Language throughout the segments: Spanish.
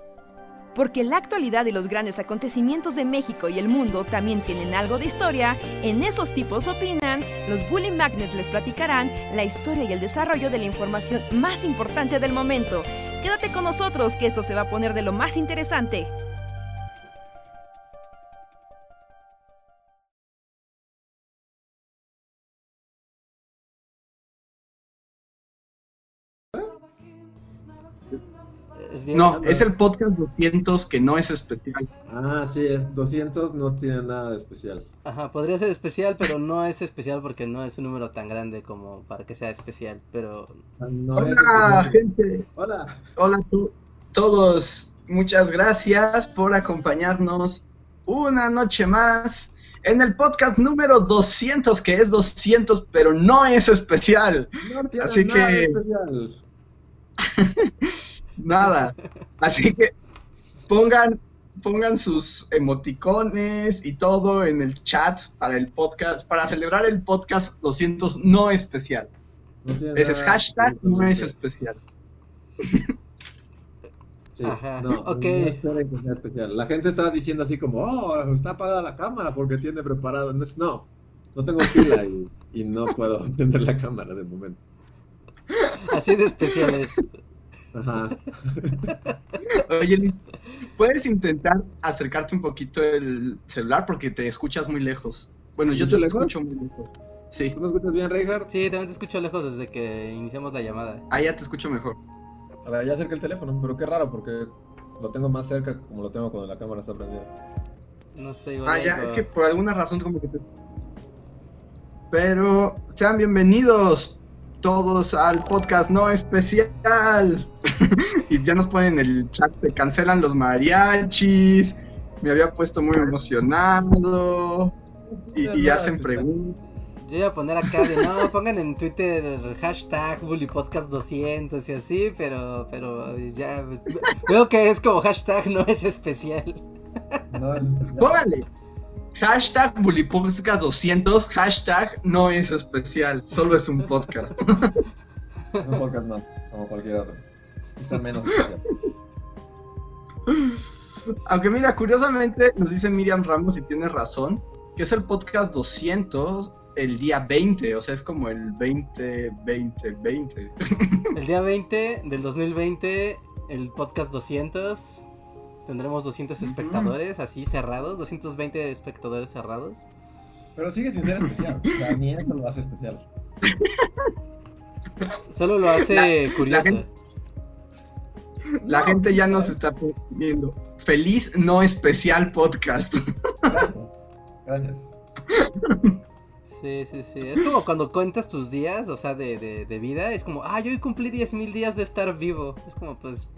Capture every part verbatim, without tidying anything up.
Porque la actualidad y los grandes acontecimientos de México y el mundo también tienen algo de historia, en Esos Tipos Opinan, los Bully Magnets les platicarán la historia y el desarrollo de la información más importante del momento. Quédate con nosotros que esto se va a poner de lo más interesante. Es bien, no, es el podcast doscientos que no es especial. Ah, sí, es doscientos, no tiene nada de especial. Ajá, podría ser especial, pero no es especial porque no es un número tan grande como para que sea especial, pero... No Hola, es especial. gente. Hola. Hola tú, todos. Muchas gracias por acompañarnos una noche más en el podcast número doscientos, que es doscientos, pero no es especial. No tiene Así nada que- de especial. Nada. Así que pongan, pongan sus emoticones y todo en el chat para el podcast, para celebrar el podcast doscientos no especial. No tiene Ese es nada, hashtag no es absolutamente. especial. Sí, Ajá, no, ok. no esperen que sea especial. La gente está diciendo así como, oh, está apagada la cámara porque tiene preparado. No, es- no, no tengo pila y, y no puedo encender la cámara de momento. Así de especiales. Ajá. Oye, Liz, ¿puedes intentar acercarte un poquito el celular porque te escuchas muy lejos? Bueno, yo te ¿Mucho lo lejos? escucho muy lejos. Sí, ¿Tú me escuchas bien, Reinhardt? Sí, también te escucho lejos desde que iniciamos la llamada. ahí ya te escucho mejor. A ver, ya acerqué el teléfono, pero qué raro porque lo tengo más cerca como lo tengo cuando la cámara está prendida. No sé, igual Ah, ya, algo- es que por alguna razón como que te... Pero sean bienvenidos todos al podcast no especial. Y ya nos ponen en el chat, te cancelan los mariachis. Me había puesto muy emocionado. Y, y hacen preguntas. Yo iba a poner acá de no, pongan en Twitter hashtag bullypodcast doscientos y así, pero pero ya pues, veo que es como hashtag no es especial. No, es especial. Póngale. Hashtag bullypodcast doscientos, hashtag no es especial, solo es un podcast. Es un podcast más, como cualquier otro. Quizá menos especial. Aunque mira, curiosamente nos dice Miriam Ramos, y tiene razón, que es el podcast doscientos el día veinte, o sea, es como el veinte, veinte, veinte. El día veinte del dos mil veinte, el podcast doscientos, tendremos doscientos espectadores así cerrados, doscientos veinte espectadores cerrados. Pero sigue sin ser especial. O sea, ni eso lo hace especial. Solo lo hace La- curioso. la gente- La No, gente ya no. nos está poniendo feliz no especial podcast. Gracias. Gracias. Sí, sí, sí. Es como cuando cuentas tus días, o sea, de, de, de vida. Es como, ah, yo hoy cumplí diez mil días de estar vivo. Es como, pues...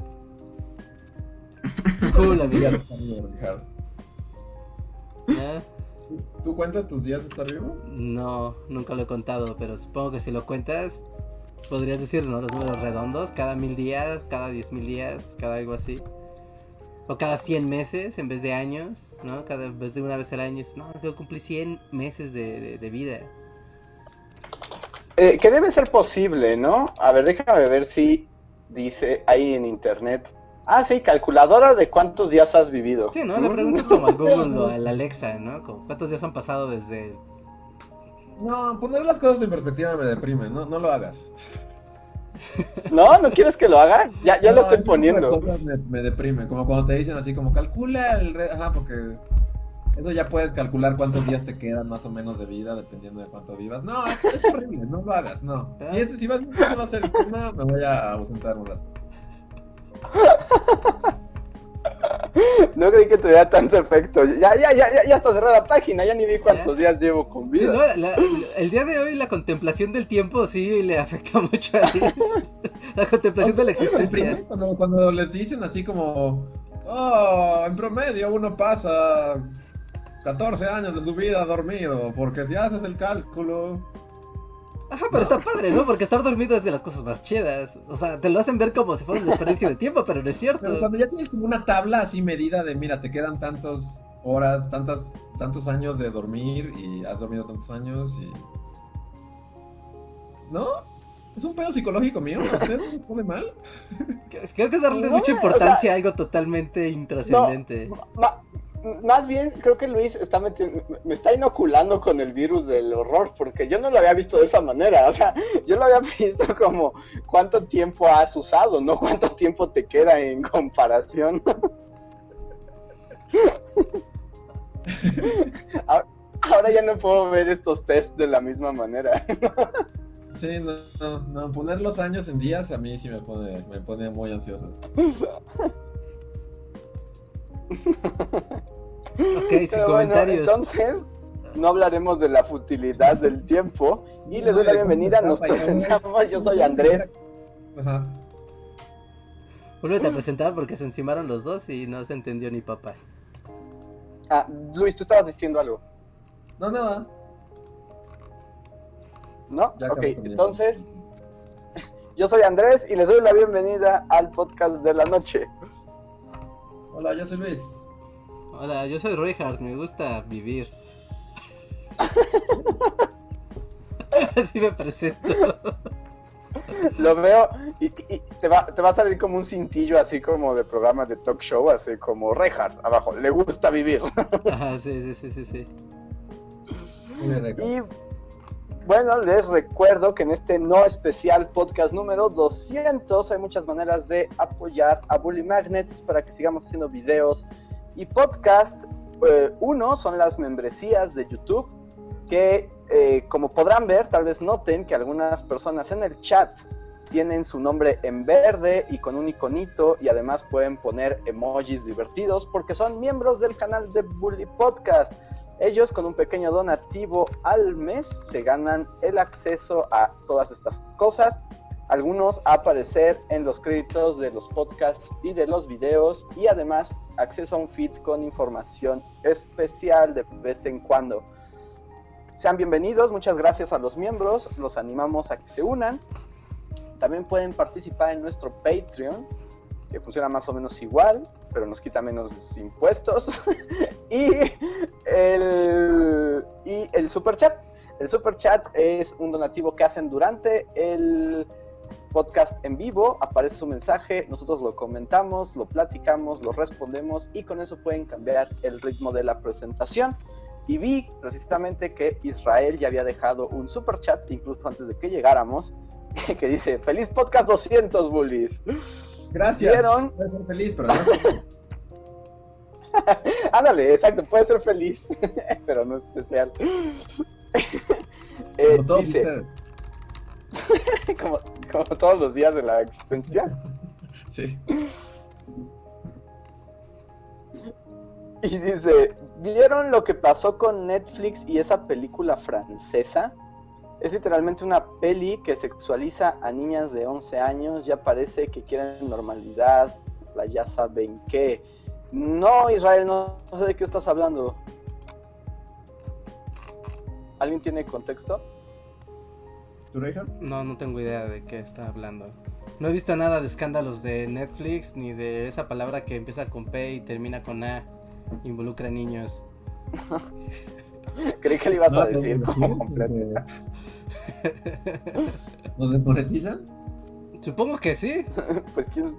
Cool, Ya amigo. te está vivo, Ricardo. ¿Ya? ¿Tú cuentas tus días de estar vivo? No, nunca lo he contado, pero supongo que si lo cuentas, podrías decir, ¿no? Los números redondos, cada mil días, cada diez mil días, cada algo así. O cada cien meses en vez de años, ¿no? Cada en vez de una vez al año, es, no, yo cumplí cien meses de, de, de vida. Eh, que debe ser posible, ¿no? A ver, déjame ver si dice ahí en internet. Ah, sí, calculadora de cuántos días has vivido. Sí, ¿no? La pregunta es como al Google o al Alexa, ¿no? Como, ¿cuántos días han pasado desde...? No, poner las cosas en perspectiva me deprime, no, no lo hagas. No, ¿no quieres que lo haga? Ya, ya No, lo estoy ese tipo de poniendo. cosas Me, me deprime, como cuando te dicen así como calcula el... Re... Ajá, porque eso ya puedes calcular cuántos días te quedan más o menos de vida dependiendo de cuánto vivas. No, es horrible, no lo hagas, no. Si, ese, si vas ese va a ser el tema, me voy a ausentar un rato. No creí que tuviera tanto efecto. Ya, ya, ya, ya, ya está cerrada la página, ya ni vi cuántos días llevo con Sí, vida. ¿no? La- el día de hoy la contemplación del tiempo sí le afecta mucho a Liz. La contemplación de la existencia. Cuando, cuando les dicen así como, oh, en promedio uno pasa catorce años de su vida dormido, porque si haces el cálculo... Ajá, pero está padre, ¿no? Porque estar dormido es de las cosas más chidas. O sea, te lo hacen ver como si fuera un desperdicio de tiempo, pero no es Pero cierto. cuando ya tienes como una tabla así medida de, mira, te quedan tantas horas, tantas, tantos años de dormir y has dormido tantos años y... ¿No? ¿Es un pedo psicológico mío? ¿A usted no pone mal? Creo que es darle No, mucha o importancia sea, a algo totalmente intrascendente. No, ma- más bien creo que Luis está meti- me está inoculando con el virus del horror, porque yo no lo había visto de esa manera. O sea, yo lo había visto como cuánto tiempo has usado, no cuánto tiempo te queda en comparación. ahora, ahora ya no puedo ver estos tests de la misma manera. Sí, no, no, no, poner los años en días a mí sí me pone, me pone muy ansioso. Ok, sin Pero bueno, comentarios. entonces no hablaremos de la futilidad del tiempo y les doy la bienvenida. Nos presentamos, yo soy Andrés. Ajá. Vuélvete a presentar porque se encimaron los dos y no se entendió ni papá. Ah, Luis, tú estabas diciendo algo, No, nada. ¿no? Ya Ok, acabé con mi- entonces yo soy Andrés y les doy la bienvenida al podcast de la noche. Hola, yo soy Luis. Hola, yo soy Reinhardt, me gusta vivir. Así me presento. Lo veo y, y te, va, te va a salir como un cintillo así como de programa de talk show, así como Reinhardt abajo, le gusta vivir. Ajá, sí, sí, sí, sí, sí. Muy bien, Reca. Y bueno, les recuerdo que en este no especial podcast número doscientos hay muchas maneras de apoyar a Bully Magnets para que sigamos haciendo videos y podcast. Eh, uno son las membresías de YouTube, que eh, como podrán ver, tal vez noten que algunas personas en el chat tienen su nombre en verde y con un iconito, y además pueden poner emojis divertidos porque son miembros del canal de Bully Podcast. Ellos con un pequeño donativo al mes se ganan el acceso a todas estas cosas. Algunos a aparecer en los créditos de los podcasts y de los videos, y además acceso a un feed con información especial de vez en cuando. Sean bienvenidos, muchas gracias a los miembros, los animamos a que se unan. También pueden participar en nuestro Patreon, que funciona más o menos igual, pero nos quita menos impuestos. y, el, y el Super Chat. El Super Chat es un donativo que hacen durante el podcast en vivo, aparece su mensaje, nosotros lo comentamos, lo platicamos, lo respondemos y con eso pueden cambiar el ritmo de la presentación. Y vi precisamente que Israel ya había dejado un super chat incluso antes de que llegáramos, que dice: feliz podcast doscientos, bullies. Gracias. ¿Vieron? Puedes ser feliz, pero no. Ándale, exacto, puede ser feliz, pero no especial. eh, Como todos dice, ustedes. como, como todos los días de la existencia. Sí. Y dice: ¿vieron lo que pasó con Netflix y esa película francesa? Es literalmente una peli que sexualiza a niñas de once años, ya parece que quieren normalidad, la ya saben qué. No, Israel, no, no sé de qué estás hablando. ¿Alguien tiene contexto? ¿Tu Reja? No, no tengo idea de qué está hablando. No he visto nada de escándalos de Netflix, ni de esa palabra que empieza con P y termina con A, involucra niños. Creí que le ibas No, a decir no, como sí, completo. ¿Nos desmonetizan? Supongo que sí. Pues quién...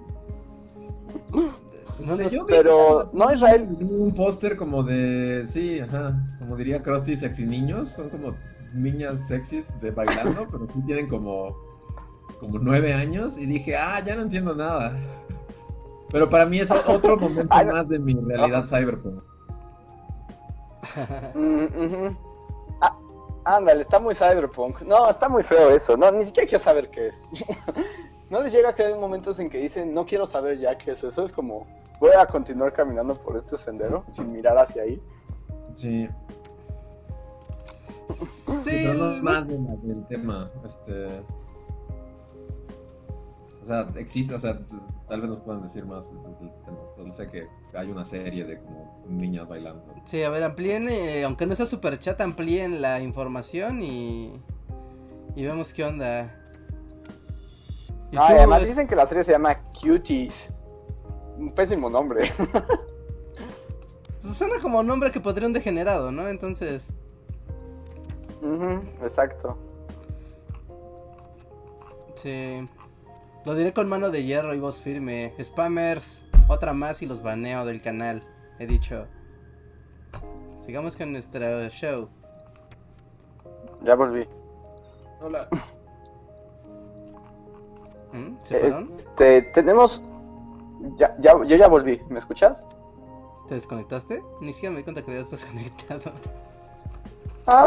No, O sea, no- yo vi pero, que- no, Israel. Un póster como de, sí, ajá, como diría Krusty, sexy niños, son como niñas sexys de bailando, pero sí tienen como, como nueve años, y dije, ah, ya no entiendo nada. Pero para mí es otro momento Ay, no. más de mi realidad cyberpunk. Mm, ujú. Ah, ándale, está muy cyberpunk. No, está muy feo eso. No, ni siquiera quiero saber qué es. ¿No les llega que hay momentos en que dicen, no quiero saber ya qué es eso? Es como, voy a continuar caminando por este sendero sin mirar hacia ahí. Sí, Sí, pero no el- más de la- del tema, este... O sea, existe, o sea, t- tal vez nos puedan decir más del tema. Solo sé que hay una serie de como niñas bailando. Sí, a ver, amplíen, eh, aunque no sea super chat, amplíen la información y, y vemos qué onda. Y Ah, tú, y además es- dicen que la serie se llama Cuties. Un pésimo nombre. pues, suena como nombre que podría un degenerado, ¿no? Entonces, Ujú, exacto. Sí. Lo diré con mano de hierro y voz firme. Spammers, otra más y los baneo del canal. He dicho. Sigamos con nuestro show. Ya volví. Hola. ¿Mm? ¿Se fueron? Este, tenemos... Ya, ya, yo ya volví, ¿me escuchas? ¿Te desconectaste? Ni siquiera me di cuenta que ya estás conectado. Ah.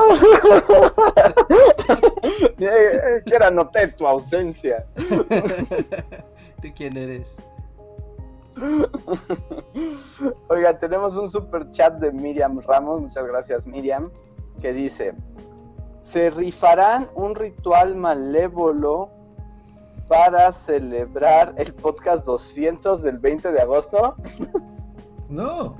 Quiera noté tu ausencia. ¿Tú quién eres? Oiga, tenemos un super chat de Miriam Ramos, muchas gracias Miriam, que dice: ¿se rifarán un ritual malévolo para celebrar el podcast doscientos del veinte de agosto? No.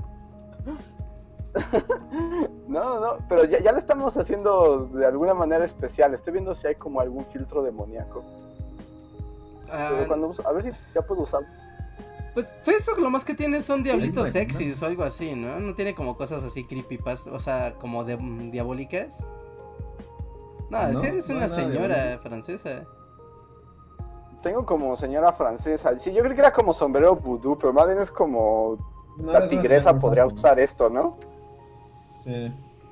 No, no, pero ya, ya lo estamos haciendo de alguna manera especial. Estoy viendo si hay como algún filtro demoníaco. Ah, Pero cuando uso- a ver si ya puedo usar. pues Facebook lo más que tiene son diablitos Sí, sexys o algo así, ¿no? No tiene como cosas así creepypasta, o sea, como de, mm, diabólicas. No, No, si eres no una hay nada señora diabólico. francesa. Tengo como señora francesa. Sí, yo creo que era como sombrero vudú, pero más bien es como No, la eres una tigresa señora podría muy usar esto, ¿no? Sí.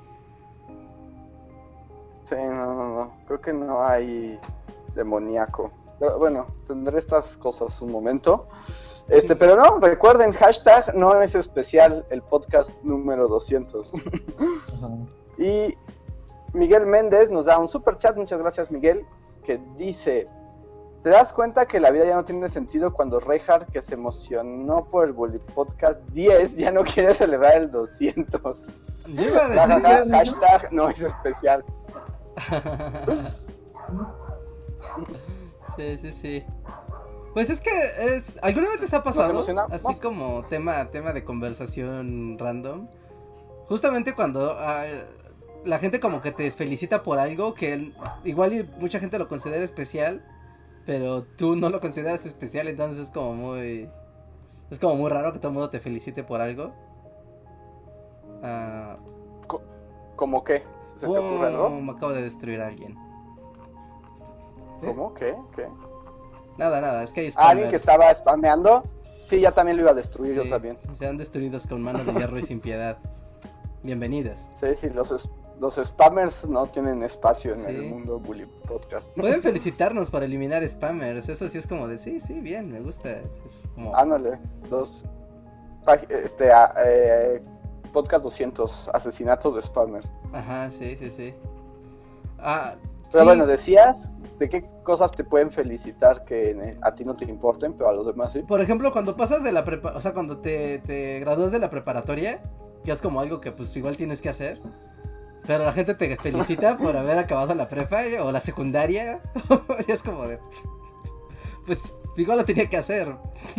Sí, no, no, no. Creo que no hay demoníaco. Pero bueno, tendré estas cosas un momento. Este, Sí. pero no, recuerden, hashtag no es especial el podcast número doscientos. Ajá. Y Miguel Méndez nos da un super chat, muchas gracias Miguel, que dice: ¿te das cuenta que la vida ya no tiene sentido cuando Reinhardt, que se emocionó por el Bully Podcast diez, ya no quiere celebrar el doscientos? Yo iba a Ja, ja, decir... ja, hashtag no es especial. Sí, sí, sí. Pues es que es... ¿Alguna vez les ha pasado? emocionamos. Así como tema, tema de conversación random. Justamente cuando ah, la gente como que te felicita por algo que el- igual y mucha gente lo considera especial, pero tú no lo consideras especial, entonces es como muy... Es como muy raro que todo el mundo te felicite por algo. Ah, ¿Cómo qué? ¿Se te ocurre oh, algo? me acabo de destruir a alguien. ¿Cómo? ¿Qué? ¿Qué? Nada, nada, es que hay ¿A alguien que spammers. estaba spameando? Sí, ya también lo iba a destruir, Sí, yo también. sean destruidos con manos de hierro y sin piedad. Bienvenidos. Sí, sí, los, es- los spammers no tienen espacio en Sí. el mundo Bully Podcast. Pueden felicitarnos por eliminar spammers. Eso sí es como de sí, sí, bien, me gusta. Es como... Ándale, dos. pag- Este, a- eh, podcast doscientos, asesinatos de spammers. Ajá, sí, sí, sí. Ah, Pero sí, bueno, decías de qué cosas te pueden felicitar que eh, a ti no te importen, pero a los demás sí. por ejemplo, cuando pasas de la prepa, o sea, cuando te, te gradúas de la preparatoria, que es como algo que pues igual tienes que hacer. Pero la gente te felicita por haber acabado la prepa o la secundaria. Y es como de... Pues igual lo tenía que hacer.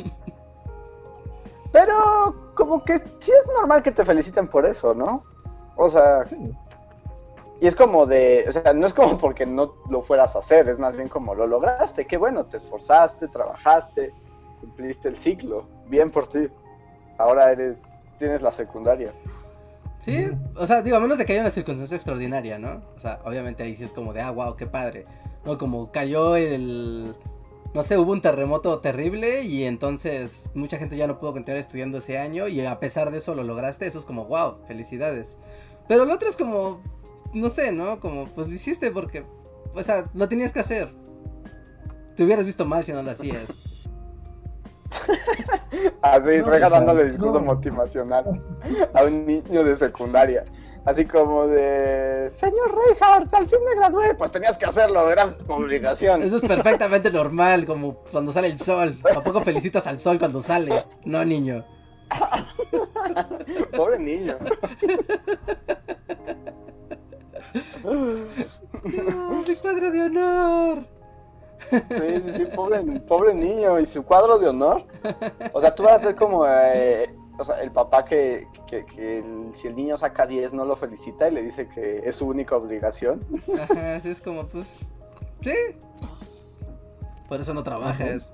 Pero como que sí es normal que te feliciten por eso, ¿no? O sea, Sí. y es como de, o sea, no es como porque no lo fueras a hacer, es más bien como lo lograste, qué bueno, te esforzaste, trabajaste, cumpliste el ciclo, bien por ti. Ahora eres, tienes la secundaria. Sí, o sea, digo, a menos de que haya una circunstancia extraordinaria, ¿no? O sea, obviamente ahí sí es como de, ah, wow, qué padre. No, como cayó el... No sé, hubo un terremoto terrible y entonces mucha gente ya no pudo continuar estudiando ese año y a pesar de eso lo lograste, eso es como, wow, felicidades. Pero lo otro es como, no sé, ¿no? Como, pues lo hiciste porque, o sea, lo tenías que hacer. Te hubieras visto mal si no lo hacías. Así, No, Reja hija, dándole discurso no. motivacional a un niño de secundaria. Así como de, señor Reinhardt, al fin me gradué. Pues tenías que hacerlo, era tu obligación. Eso es perfectamente normal, como cuando sale el sol. ¿A poco felicitas al sol cuando sale? No, niño. Pobre niño. No, mi cuadro de honor. Sí, sí, sí, pobre, pobre niño. ¿Y su cuadro de honor? O sea, tú vas a ser como eh, o sea, el papá que, que, que el- si el niño saca diez no lo felicita y le dice que es su única obligación. Ajá, así es como, pues, sí. Por eso no trabajas.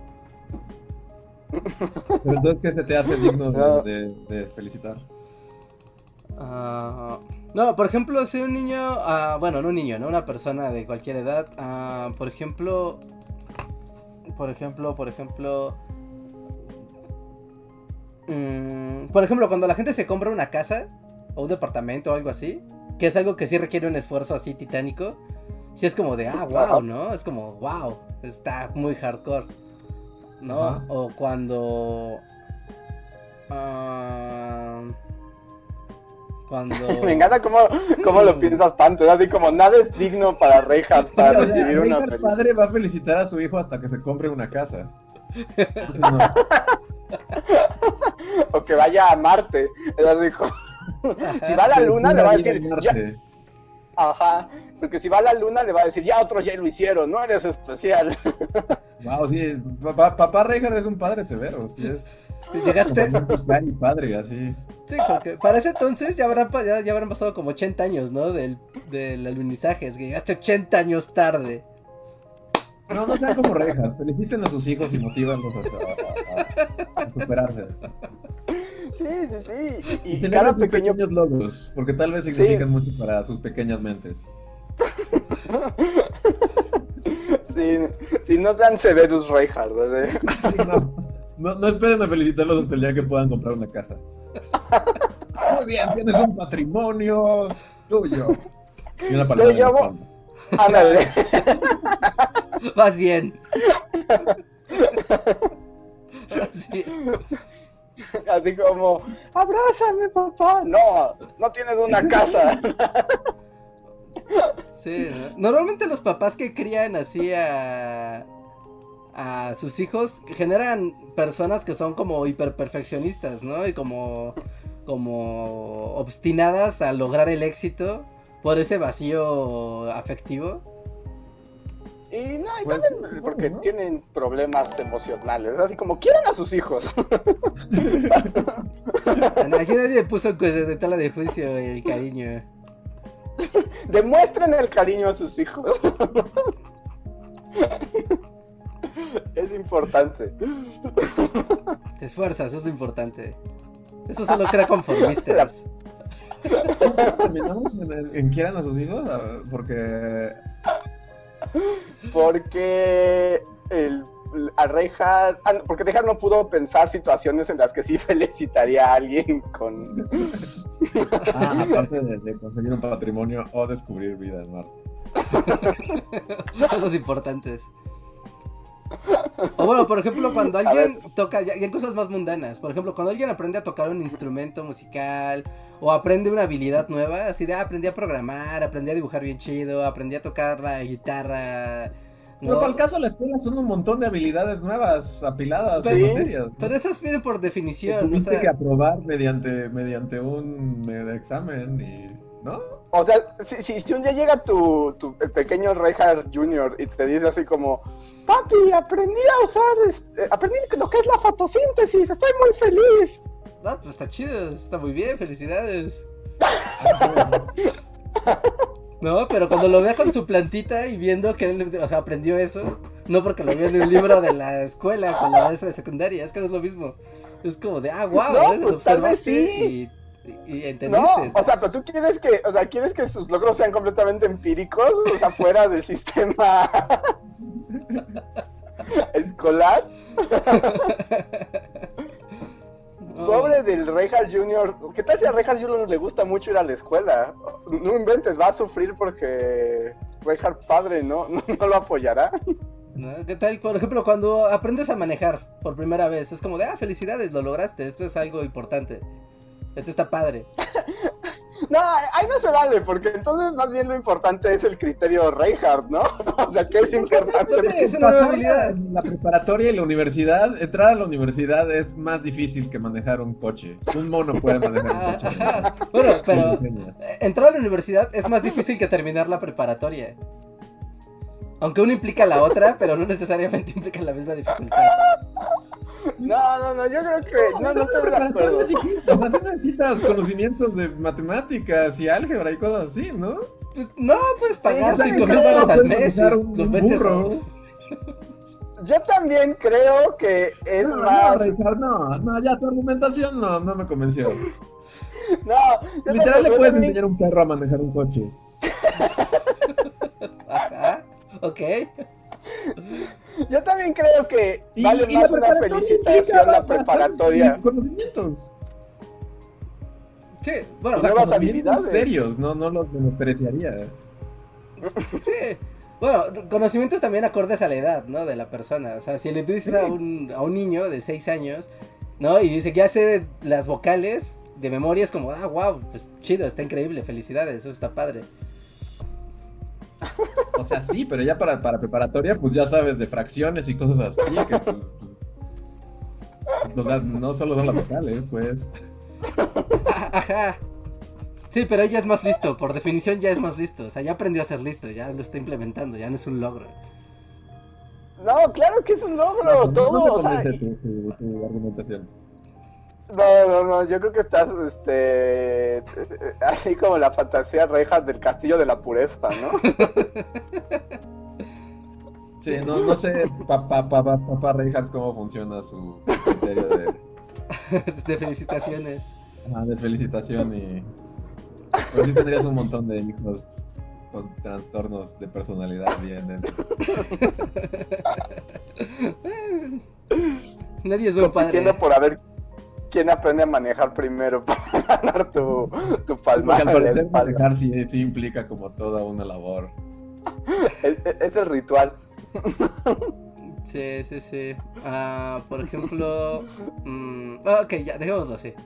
Pero entonces, ¿qué se te hace digno No. de, de, de felicitar? Ah, no, por ejemplo, si un niño, ah, bueno, no un niño, no una persona de cualquier edad, ah, por ejemplo, por ejemplo, por ejemplo... Mmm, por ejemplo, cuando la gente se compra una casa o un departamento o algo así, que es algo que sí requiere un esfuerzo así titánico, sí es como de, ah, wow, ¿no? Es como, wow, está muy hardcore, ¿no? Ajá. O cuando... Uh, cuando... Me encanta cómo, cómo lo piensas tanto, es así como, nada es digno para Reinhardt para o sea, recibir una felicidad. El padre va a felicitar a su hijo hasta que se compre una casa. Entonces, no. O que vaya a Marte, es así como... Si va a la luna le va a decir ya... Ajá, porque si va a la luna le va a decir ya otros ya lo hicieron, no eres especial. Wow, sí, papá, papá Reinhardt es un padre severo, sí es. Llegaste. Mi padre, así. Sí, porque para ese entonces ya habrán, ya, ya habrán pasado como ochenta años, ¿no? Del, del alunizaje, es que llegaste ochenta años tarde. No, no sean como Reinhardt, feliciten a sus hijos y motívanlos a, a, a, a superarse. Sí, sí, sí. Y, y celebran sus pequeño... pequeños logros, porque tal vez significan sí. mucho para sus pequeñas mentes. Sí, sí, no sean severos Reinhardt, ¿eh? Sí, no, no, no esperen a felicitarlos hasta el día que puedan comprar una casa. Muy bien, tienes un patrimonio tuyo. Y una palabra tuyo, mo... Ándale. Vas bien. Sí. Así como, abrázame, papá. No, no tienes una casa. Sí, ¿no? Normalmente los papás que crían así a, a sus hijos generan personas que son como hiperperfeccionistas, ¿no? Y como, como obstinadas a lograr el éxito por ese vacío afectivo. Y no, y pues, también porque ¿no? tienen problemas emocionales, así como quieren a sus hijos. Aquí nadie puso de tela de juicio el cariño. Demuestren el cariño a sus hijos. Es importante. Te esfuerzas, eso es lo importante. Eso solo crea conformistas. ¿Terminamos en, en quieran a sus hijos? Porque... Porque el, a Reinhardt, ah, porque Reinhardt no pudo pensar situaciones en las que sí felicitaría a alguien con... Ah, aparte de, de conseguir un patrimonio o descubrir vida en Marte. Cosas importantes. O bueno, por ejemplo, cuando alguien toca, ya, ya en cosas más mundanas, por ejemplo, cuando alguien aprende a tocar un instrumento musical o aprende una habilidad nueva, así de, ah, aprendí a programar, aprendí a dibujar bien chido, aprendí a tocar la guitarra, ¿no? Pero para el caso de la escuela son un montón de habilidades nuevas apiladas pero, en materias, ¿no? Pero esas vienen por definición. Que tuviste o sea... que aprobar mediante, mediante un eh, examen y... ¿no? O sea, si, si, si un día llega tu, tu el pequeño Reinhardt junior y te dice así como, papi, aprendí a usar, este, aprendí lo que es la fotosíntesis, estoy muy feliz. No, pues está chido, está muy bien, felicidades. No, pero cuando lo vea con su plantita y viendo que él, o sea, aprendió eso, no porque lo vio en un libro de la escuela con la maestra de secundaria, es que no es lo mismo. Es como de, ah, wow, no, ¿eh? Pues, lo observaste sí. y, y entendiste. No, o sea, pero tú quieres que, o sea, quieres que sus logros sean completamente empíricos, o sea, fuera del sistema escolar. No. Pobre del Reinhardt junior ¿Qué tal si a Reinhardt junior le gusta mucho ir a la escuela? No inventes, va a sufrir porque Reinhardt padre no, no, no lo apoyará. ¿No? ¿Qué tal, por ejemplo, cuando aprendes a manejar por primera vez? Es como de, ah, felicidades, lo lograste, esto es algo importante. Esto está padre. No, ahí no se vale, porque entonces más bien lo importante es el criterio Reinhardt, ¿no? O sea, que es importante. Porque es una nueva habilidad. La preparatoria y la universidad, entrar a la universidad es más difícil que manejar un coche. Un mono puede manejar un coche. Ajá. Bueno, pero entrar a la universidad es más difícil que terminar la preparatoria. Aunque uno implica la otra, pero no necesariamente implica la misma dificultad. No, no, no, yo creo que no, no, no estoy de acuerdo. Es difícil, o sea, sí necesitas conocimientos de matemáticas y álgebra y cosas así, ¿no? Pues no, puedes pagar cinco mil dólares al mes y los metes a... Yo también creo que es no, más... No, Reinhardt, no, no, ya tu argumentación no, no me convenció. No, literal le puedes también... enseñar a un perro a manejar un coche. Ajá, ok. Yo también creo que Y, vale y más la una preparatoria felicitación implica la bastantes preparatoria. conocimientos. Sí, bueno, O sea, nuevas conocimientos habilidades. serios, no, no los menospreciaría. sí. Bueno, conocimientos también acordes a la edad, ¿no? De la persona. O sea, si le dices a un, a un niño de seis años, ¿no? Y dice que ya sé las vocales de memoria, es como, ah, wow, pues chido, está increíble, felicidades, eso está padre. O sea, sí, pero ya para, para preparatoria, pues ya sabes de fracciones y cosas así, que pues, pues, o sea, no solo son las vocales, pues. Ajá. Sí, pero ella es más listo, por definición ya es más listo. O sea, ya aprendió a ser listo, ya lo está implementando, ya no es un logro. No, claro que es un logro, No, todo. no me o sea, convence tu, tu, tu argumentación. no, no, no, yo creo que estás, este, así como la fantasía reja del castillo de la pureza, ¿no? Sí, no, no sé, papá, papá, papá Reinhardt, cómo funciona su criterio de, De felicitaciones. ah, de felicitación y... Pero sí tendrías un montón de hijos con trastornos de personalidad bien dentro. Nadie es buen padre. Compitiendo por a ver quién aprende a manejar primero para ganar tu, tu Porque palma al en la parecer espalda. manejar sí, sí implica como toda una labor. Es, es el ritual. Sí, sí, sí. Ah, por ejemplo... mm, ah, ok, ya, dejémoslo así.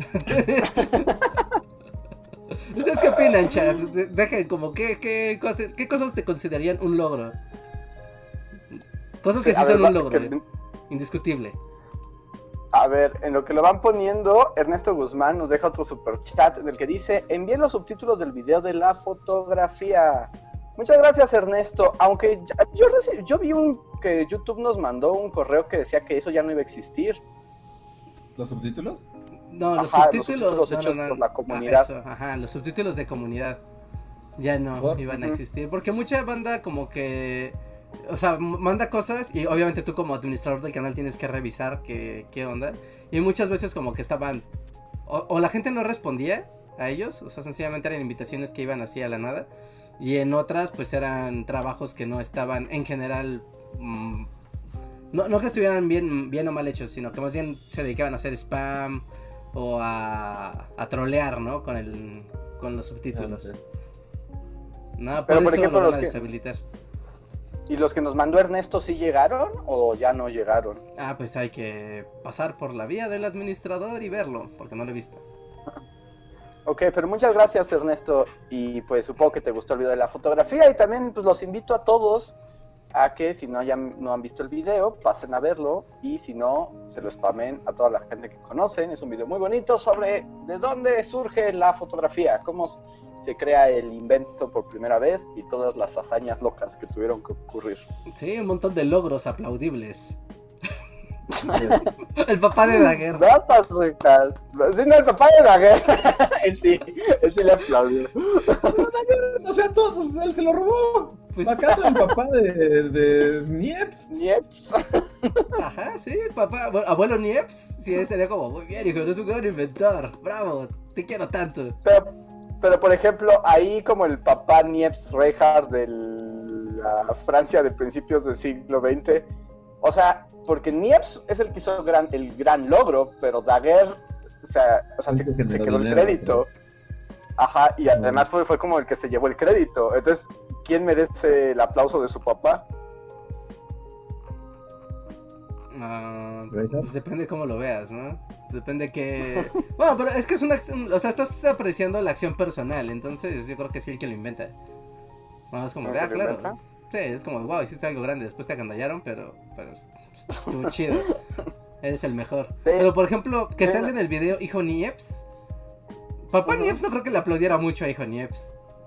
¿Ustedes qué opinan, chat? De- Dejen como, ¿qué, qué, cosas, ¿qué cosas te considerarían un logro? Cosas que sí, a ver, son va- un logro, que- eh, indiscutible. A ver, en lo que lo van poniendo, Ernesto Guzmán nos deja otro super chat en el que dice: envíen los subtítulos del video de la fotografía. Muchas gracias, Ernesto. Aunque ya- yo, reci- yo vi un que YouTube nos mandó un correo que decía que eso ya no iba a existir. ¿Los subtítulos? No, los Ajá, los subtítulos, subtítulos no, hechos no, no. por la Ah, comunidad. eso, ajá, los subtítulos de comunidad ya no ¿Por? iban a Ujú. existir, porque mucha banda como que, o sea, m- manda cosas y obviamente tú como administrador del canal tienes que revisar qué, qué onda, y muchas veces como que estaban, o, o la gente no respondía a ellos, o sea, sencillamente eran invitaciones que iban así a la nada, y en otras pues eran trabajos que no estaban en general, mm, no, no que estuvieran bien, bien o mal hechos, sino que más bien se dedicaban a hacer spam o a, a trolear, ¿no? Con el con los subtítulos. Ah, ok. No, por Pero, eso por ejemplo, lo van los a que- deshabilitar. ¿Y los que nos mandó Ernesto sí llegaron o ya no llegaron? Ah, pues hay que pasar por la vía del administrador y verlo, porque no lo he visto. Ok, pero muchas gracias, Ernesto, y pues supongo que te gustó el video de la fotografía, y también pues los invito a todos a que si no ya no han visto el video, pasen a verlo, y si no, se lo spamen a toda la gente que conocen. Es un video muy bonito sobre de dónde surge la fotografía, cómo se crea el invento por primera vez y todas las hazañas locas que tuvieron que ocurrir. Sí, un montón de logros aplaudibles. Yes. El papá de la guerra. Basta, Ricardo. Sí, no, el papá de la guerra. él sí, él sí le aplaudió. O sea, todos, él se lo robó. Pues- ¿Acaso el papá de, de Nieps? Nieps. Ajá, sí, papá. Bueno, abuelo Nieps, sí, sería como, muy bien, hijo, eres un gran inventor. Bravo, te quiero tanto. Pero, pero por ejemplo, ahí como el papá Nieps Reinhardt de la Francia de principios del siglo veinte, o sea, porque Nieps es el que hizo gran, el gran logro, pero Daguerre, o sea, o sea El se, que generó se quedó el dinero, crédito. Ajá, y además fue, fue como el que se llevó el crédito. Entonces, ¿quién merece el aplauso de su papá? Ah, ¿Reinhardt? pues depende cómo lo veas, ¿no? Depende que... Bueno, pero es que es una acción... O sea, estás apreciando la acción personal, entonces yo creo que sí el que lo inventa. Bueno, es como, ¿El de, que ah, lo claro. inventa? Sí, es como, wow, hiciste algo grande, después te agandallaron, pero... pero estuvo chido. Eres el mejor. Sí. Pero, por ejemplo, que Sí, sale no. en el video Hijo Nieps. Papá Ujú. Nieps no creo que le aplaudiera mucho a Hijo Nieps.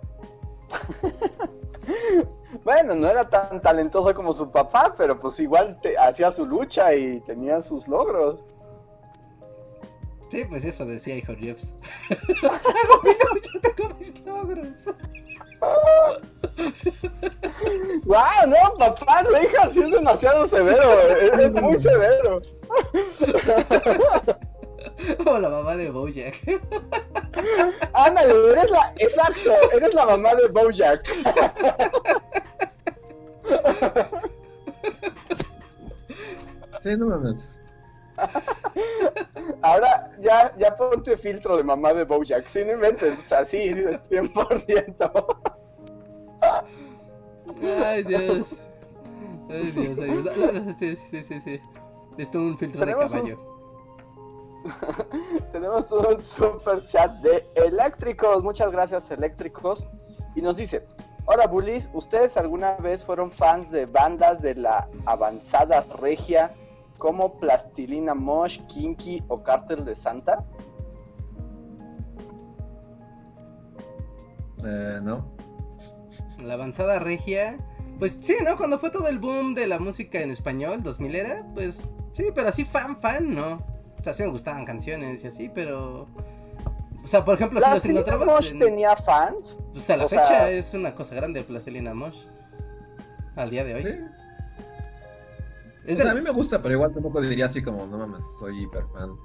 Bueno, no era tan talentoso como su papá, pero pues igual te, hacía su lucha y tenía sus logros. Sí, pues eso decía Hijo Nieps. Hago mi lucha, tengo mis logros. ¡Wow! No, papá, Reinhardt sí es demasiado severo, es, es muy severo. Como la mamá de Bojack. Ándale, eres la, exacto, eres la mamá de Bojack. Sí, no mames. Ahora ya, ya ponte filtro de mamá de Bojack, sin inventes, así, cien por ciento. Ay, Dios. Ay, Dios, ayuda. Sí, sí, sí, sí. Esto es un filtro Tenemos de caballo. Un... Tenemos un super chat de Eléctricos. Muchas gracias, Eléctricos. Y nos dice: hola, bullies, ¿ustedes alguna vez fueron fans de bandas de la avanzada regia como Plastilina Mosh, Kinky o Cártel de Santa? Eh, no. La avanzada regia. Pues sí, ¿no? Cuando fue todo el boom de la música en español, dos mil era, pues sí, pero así fan, fan, ¿no? O sea, sí me gustaban canciones y así, pero... O sea, por ejemplo, si los encontrabas Mosh en... tenía fans? Pues a la o fecha sea... es una cosa grande Plastilina Mosh. Al día de hoy. Sí. Es O sea, el... a mí me gusta, pero igual tampoco diría así como, no mames, soy hiper fan.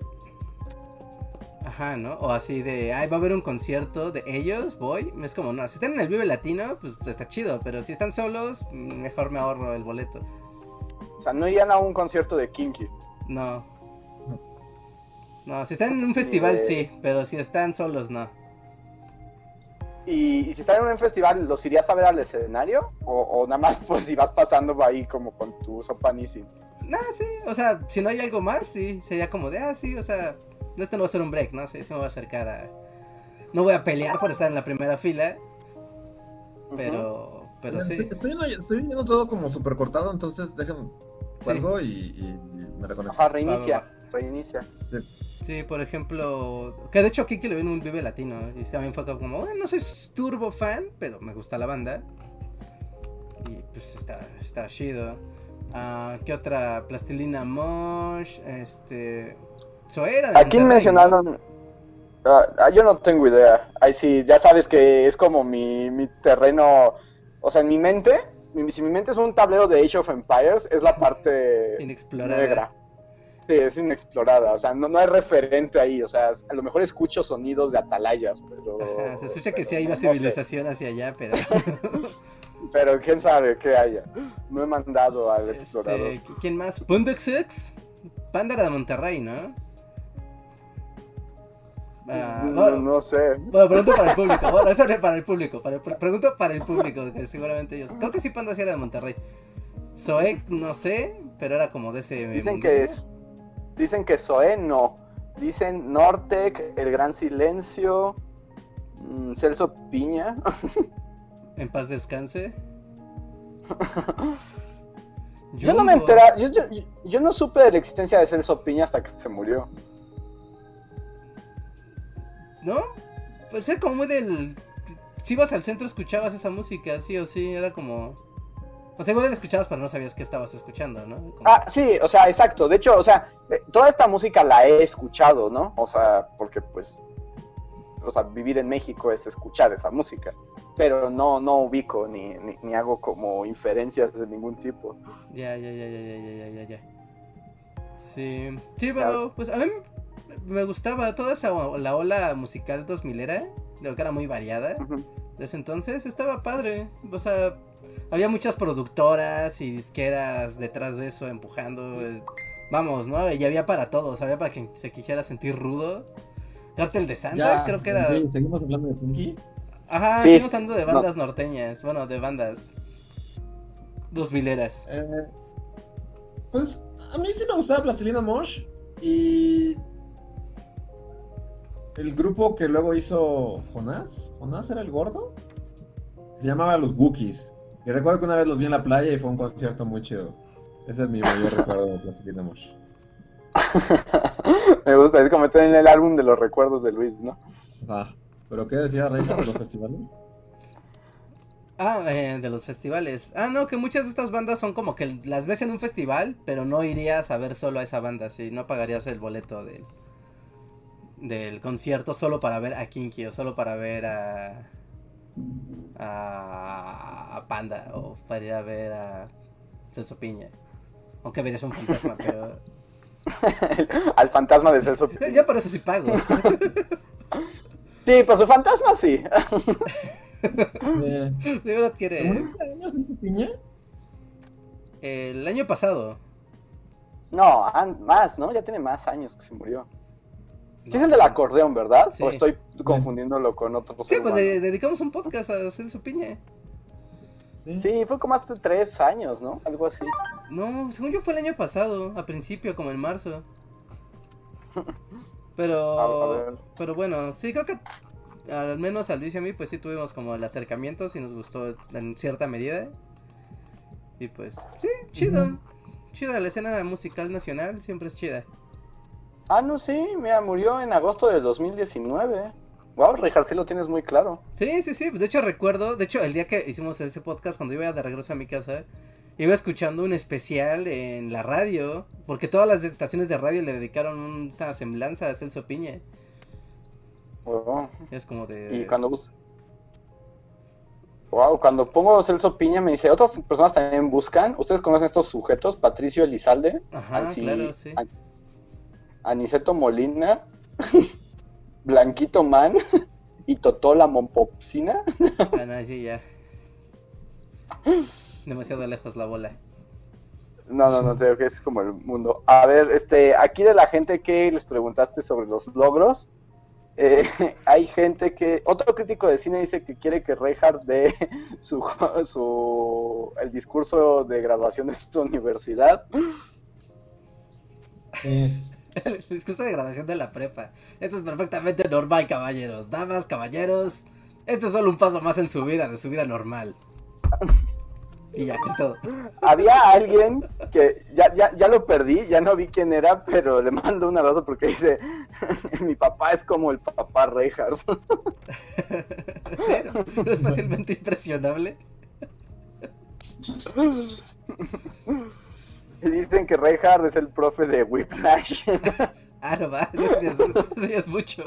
Ajá, ¿no? O así de, ay, va a haber un concierto de ellos, voy. Es como, no, si están en el Vive Latino, pues está chido, pero si están solos, mejor me ahorro el boleto. O sea, no irían a un concierto de Kinky. No. No, si están en un festival, de... sí, pero si están solos, no. ¿Y, y si están en un festival, los irías a ver al escenario? ¿O, o nada más pues si vas pasando ahí como con tu sopa Nissin? No, sí, o sea, si no hay algo más, sí, sería como de, ah, sí, o sea, esto no va a ser un break, ¿no? Sí, sí me voy a acercar a... No voy a pelear por estar en la primera fila, pero, uh-huh. pero sí. Estoy, estoy, viendo, estoy viendo todo como súper cortado, entonces déjame cuelgo sí. y, y, y me reconecto. Ajá, reinicia, va, va, va. reinicia. Sí. Sí, por ejemplo, que de hecho aquí que lo vi en un Vive Latino, y también fue como, bueno, no soy turbo fan, pero me gusta la banda, y pues está, está chido. Uh, ¿Qué otra? Plastilina Mosh, este... Zoé era de Aquí Monterrey, mencionaron... ¿no? Uh, yo no tengo idea. Ahí sí, ya sabes que es como mi, mi terreno... O sea, en mi mente, mi, si mi mente es un tablero de Age of Empires, es la parte inexplorada. Negra. Sí, es inexplorada, o sea, no, no hay referente ahí, o sea, a lo mejor escucho sonidos de atalayas, pero... Ajá, se escucha que pero, sí hay una civilización no sé. hacia allá, pero... Pero quién sabe qué haya. No he mandado al este, explorador. ¿Quién más? Pundexex. Panda era de Monterrey, ¿no? Uh, no, bueno, no sé. Bueno, pregunto para el público. Bueno, eso es para el público. Para el, pregunto para el público, que seguramente ellos. Creo que sí, Panda sí era de Monterrey. Zoé, no sé, pero era como de ese. Dicen que es. Dicen que Zoé no. Dicen Nortec, El Gran Silencio, mmm, Celso Piña. En paz descanse. Yo no me enteré, yo, yo, yo no supe de la existencia de Celso Piña hasta que se murió. ¿No? Pues era como muy del... Si ibas al centro escuchabas esa música, sí o sí, era como... O sea, igual la escuchabas pero no sabías qué estabas escuchando, ¿no? Como... Ah, sí, o sea, exacto. De hecho, o sea, toda esta música la he escuchado, ¿no? O sea, porque pues... O sea, vivir en México es escuchar esa música. Pero no, no ubico ni, ni, ni hago como inferencias de ningún tipo. Ya, ya, ya, ya, ya, ya, ya, ya. Sí, sí, pero pues a mí me gustaba toda esa la ola musical dos milera, de que era muy variada. Uh-huh. Desde entonces estaba padre. O sea, había muchas productoras y disqueras detrás de eso empujando. Vamos, ¿no? Y había para todos, había para quien se quisiera sentir rudo. Cártel de Santa, ya, creo que era... Okay. ¿Seguimos hablando de Funky? Ajá, sí. Seguimos hablando de bandas no. norteñas, bueno, de bandas dos mileras. Eh, pues, a mí sí me gustaba Plastilina Mosh, y... el grupo que luego hizo Jonás, ¿Jonás era el gordo? Se llamaba Los Wookiees, y recuerdo que una vez los vi en la playa y fue un concierto muy chido. Ese es mi mayor recuerdo de Plastilina Mosh. Me gusta, es como en el álbum de los recuerdos de Luis, ¿no? Ah, ¿pero qué decía Reina de los festivales? Ah, eh, de los festivales. Ah, no, que muchas de estas bandas son como que las ves en un festival, pero no irías a ver solo a esa banda, sí, no pagarías el boleto del, del concierto solo para ver a Kinky o solo para ver a, a, a Panda o para ir a ver a Celso Piña. Aunque verías un fantasma, pero... Al fantasma de Celso Piña. Ya por eso sí pago. Sí, pues su fantasma sí. Eh, ¿De verdad quiere? ¿Cómo este año Celso Piña? El año pasado. No, an- más, ¿no? Ya tiene más años que se murió. Sí es el del acordeón, ¿verdad? Sí. ¿O estoy confundiéndolo con otro Sí, ser pues humano? le dedicamos un podcast a Celso Piña. Sí. Sí, fue como hace tres años, ¿no? Algo así. No, según yo fue el año pasado, a principio, como en marzo. Pero, A- a ver. pero bueno, sí, creo que al menos a Luis y a mí, pues sí tuvimos como el acercamiento, sí nos gustó en cierta medida. Y pues, sí, chido. Ujú. Chida, la escena musical nacional siempre es chida. Ah, no, sí, mira, murió en agosto del dos mil diecinueve. Wow, Richard, sí lo tienes muy claro. Sí, sí, sí, de hecho recuerdo, de hecho el día que hicimos ese podcast, cuando iba de regreso a mi casa, iba escuchando un especial en la radio, porque todas las estaciones de radio le dedicaron una semblanza a Celso Piña. Wow. Es como de... Y cuando bus- Wow, cuando pongo Celso Piña me dice, otras personas también buscan. ¿Ustedes conocen estos sujetos? Patricio Elizalde, Ajá, Ansi- claro, sí. An- Aniceto Molina, Blanquito Man y Totola Mompopsina. Ah, no, sí, ya. Demasiado lejos la bola. No, no, no, creo que es como el mundo. A ver, este, aquí de la gente que les preguntaste sobre los logros, eh, hay gente que, otro crítico de cine dice que quiere que Reinhardt dé su, su, el discurso de graduación de su universidad. Sí. El discurso de graduación de la prepa. Esto es perfectamente normal, caballeros. Damas, caballeros. Esto es solo un paso más en su vida, de su vida normal. Y ya, es todo. Había alguien que ya, ya, ya lo perdí, ya no vi quién era, pero le mando un abrazo porque dice, mi papá es como el papá Reinhardt. ¿Cero? ¿No es fácilmente impresionable? Y dicen que Reinhardt es el profe de Whiplash. Ah, no va, eso ya es, eso ya es mucho.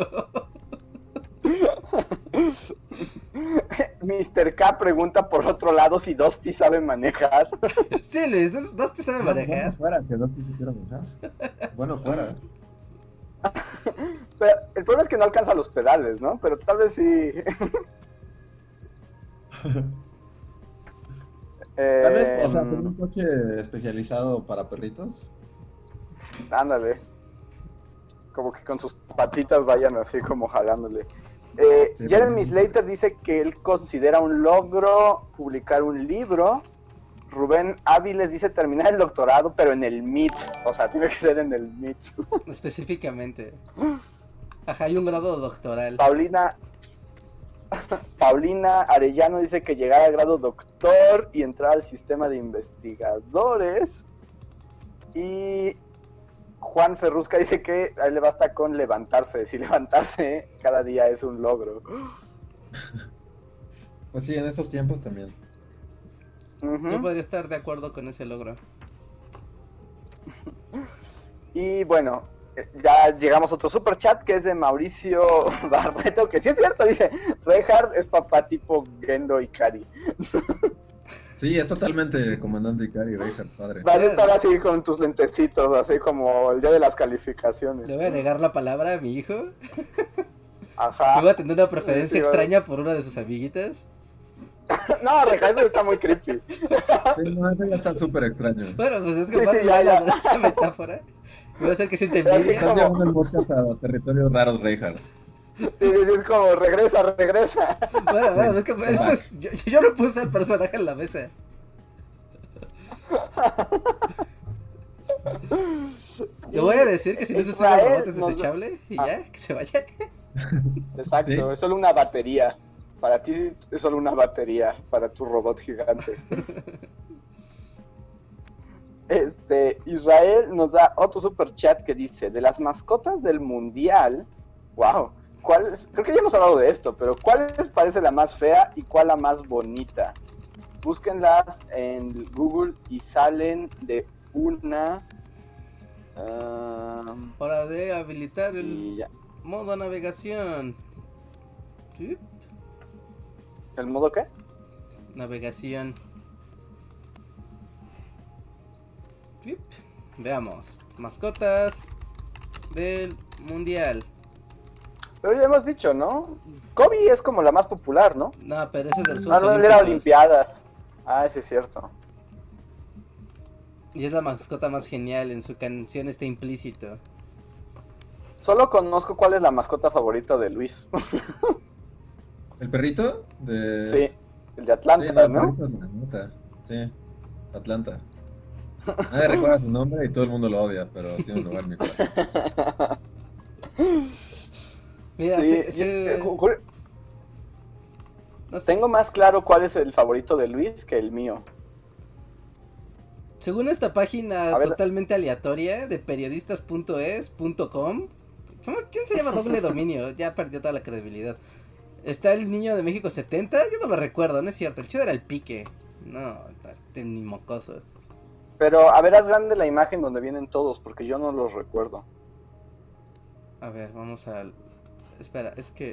mister K pregunta por otro lado si Dusty sabe manejar. Sí, Luis, ¿no, no te sabe Bueno manejar? fuera, que no quisiera manejar. Bueno fuera. Pero el problema es que no alcanza los pedales, ¿no? Pero tal vez sí. eh, Tal vez, o sea, con un coche especializado para perritos. Ándale. Como que con sus patitas vayan así como jalándole. Eh, Sí, Jeremy bueno. Slater dice que él considera un logro publicar un libro. Rubén Áviles dice terminar el doctorado, pero en el M I T. O sea, tiene que ser en el M I T. Específicamente. Ajá, hay un grado doctoral. Paulina Paulina Arellano dice que llegar al grado doctor y entrar al sistema de investigadores. Y Juan Ferrusca dice que a él le basta con levantarse. Si levantarse cada día es un logro. Pues sí, en esos tiempos también. Ujú. Yo podría estar de acuerdo con ese logro. Y bueno, eh, ya llegamos a otro super chat que es de Mauricio Barreto, que sí es cierto, dice, Reinhardt es papá tipo Gendo y Kari. Sí, es totalmente comandante Ikari, Reinhardt, padre. Vas a estar así con tus lentecitos, así como el día de las calificaciones. Le voy a negar la palabra a mi hijo. Ajá. Y voy a tener una preferencia Sí, extraña por una de sus amiguitas. No, Reja, eso está muy creepy. Sí, no, eso ya está súper extraño. Bueno, pues es que Sí, parte sí, de ya, la, ya. la metáfora. Voy a hacer que siente Pero envidia. Estás llevando el podcast a territorios raros, Reinhardt. Sí, sí, sí, es como regresa, regresa. Bueno, bueno, es que pues, yo, yo no puse el personaje en la mesa. Le voy a decir que si no se sube el Israel robot es nos- desechable y Ah. ya, que se vaya. Exacto, Sí. es solo una batería. Para ti es solo una batería, para tu robot gigante. Este, Israel nos da otro super chat que dice, de las mascotas del mundial, wow, ¿cuál es? Creo que ya hemos hablado de esto, pero ¿cuál les parece la más fea y cuál la más bonita? Búsquenlas en Google y salen de una... ah, Hora de habilitar y el ya. modo navegación. ¿Sí? ¿El modo qué? Navegación. ¿Sí? Veamos. Mascotas del mundial. Pero ya hemos dicho, ¿no? Kobe es como la más popular, ¿no? No, pero ese es del Ah, Juegos no, él era Olímpicos. Olimpiadas. Ah, sí es cierto. Y es la mascota más genial, en su canción está implícito. Solo conozco cuál es la mascota favorita de Luis. ¿El perrito? De... Sí, el de Atlanta, sí, no, ¿no? Es la neta. Sí, Atlanta. Nadie recuerda su nombre y todo el mundo lo odia, pero tiene un lugar en mi corazón. Mira, Sí, sí, sí, yo- eh, ju- ju- no sé. Tengo más claro cuál es el favorito de Luis que el mío. Según esta página A ver. totalmente aleatoria de periodistas punto es punto com, ¿cómo- ¿quién se llama doble dominio? Ya perdió toda la credibilidad. Está el niño de México setenta, yo no lo recuerdo, no es cierto, el chido era el Pique. No, este ni mocoso. Pero a ver, haz grande la imagen donde vienen todos, porque yo no los recuerdo. A ver, vamos al... Espera, es que...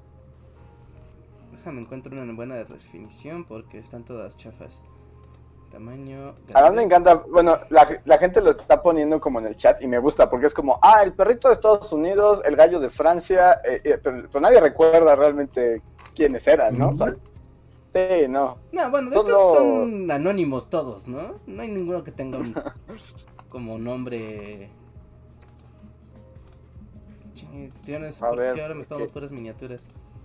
Déjame encuentro una buena definición porque están todas chafas. Tamaño... Adán me grande. encanta, bueno, la, la gente lo está poniendo como en el chat y me gusta porque es como, ah, el perrito de Estados Unidos, el gallo de Francia, eh, eh, pero, pero nadie recuerda realmente quiénes eran, ¿no? O sea, sí, no. No, bueno, Solo- estos son anónimos todos, ¿no? No hay ninguno que tenga un... como nombre... Chingue, yo no sé A por ver, qué ahora me están ¿qué? dando puras miniaturas.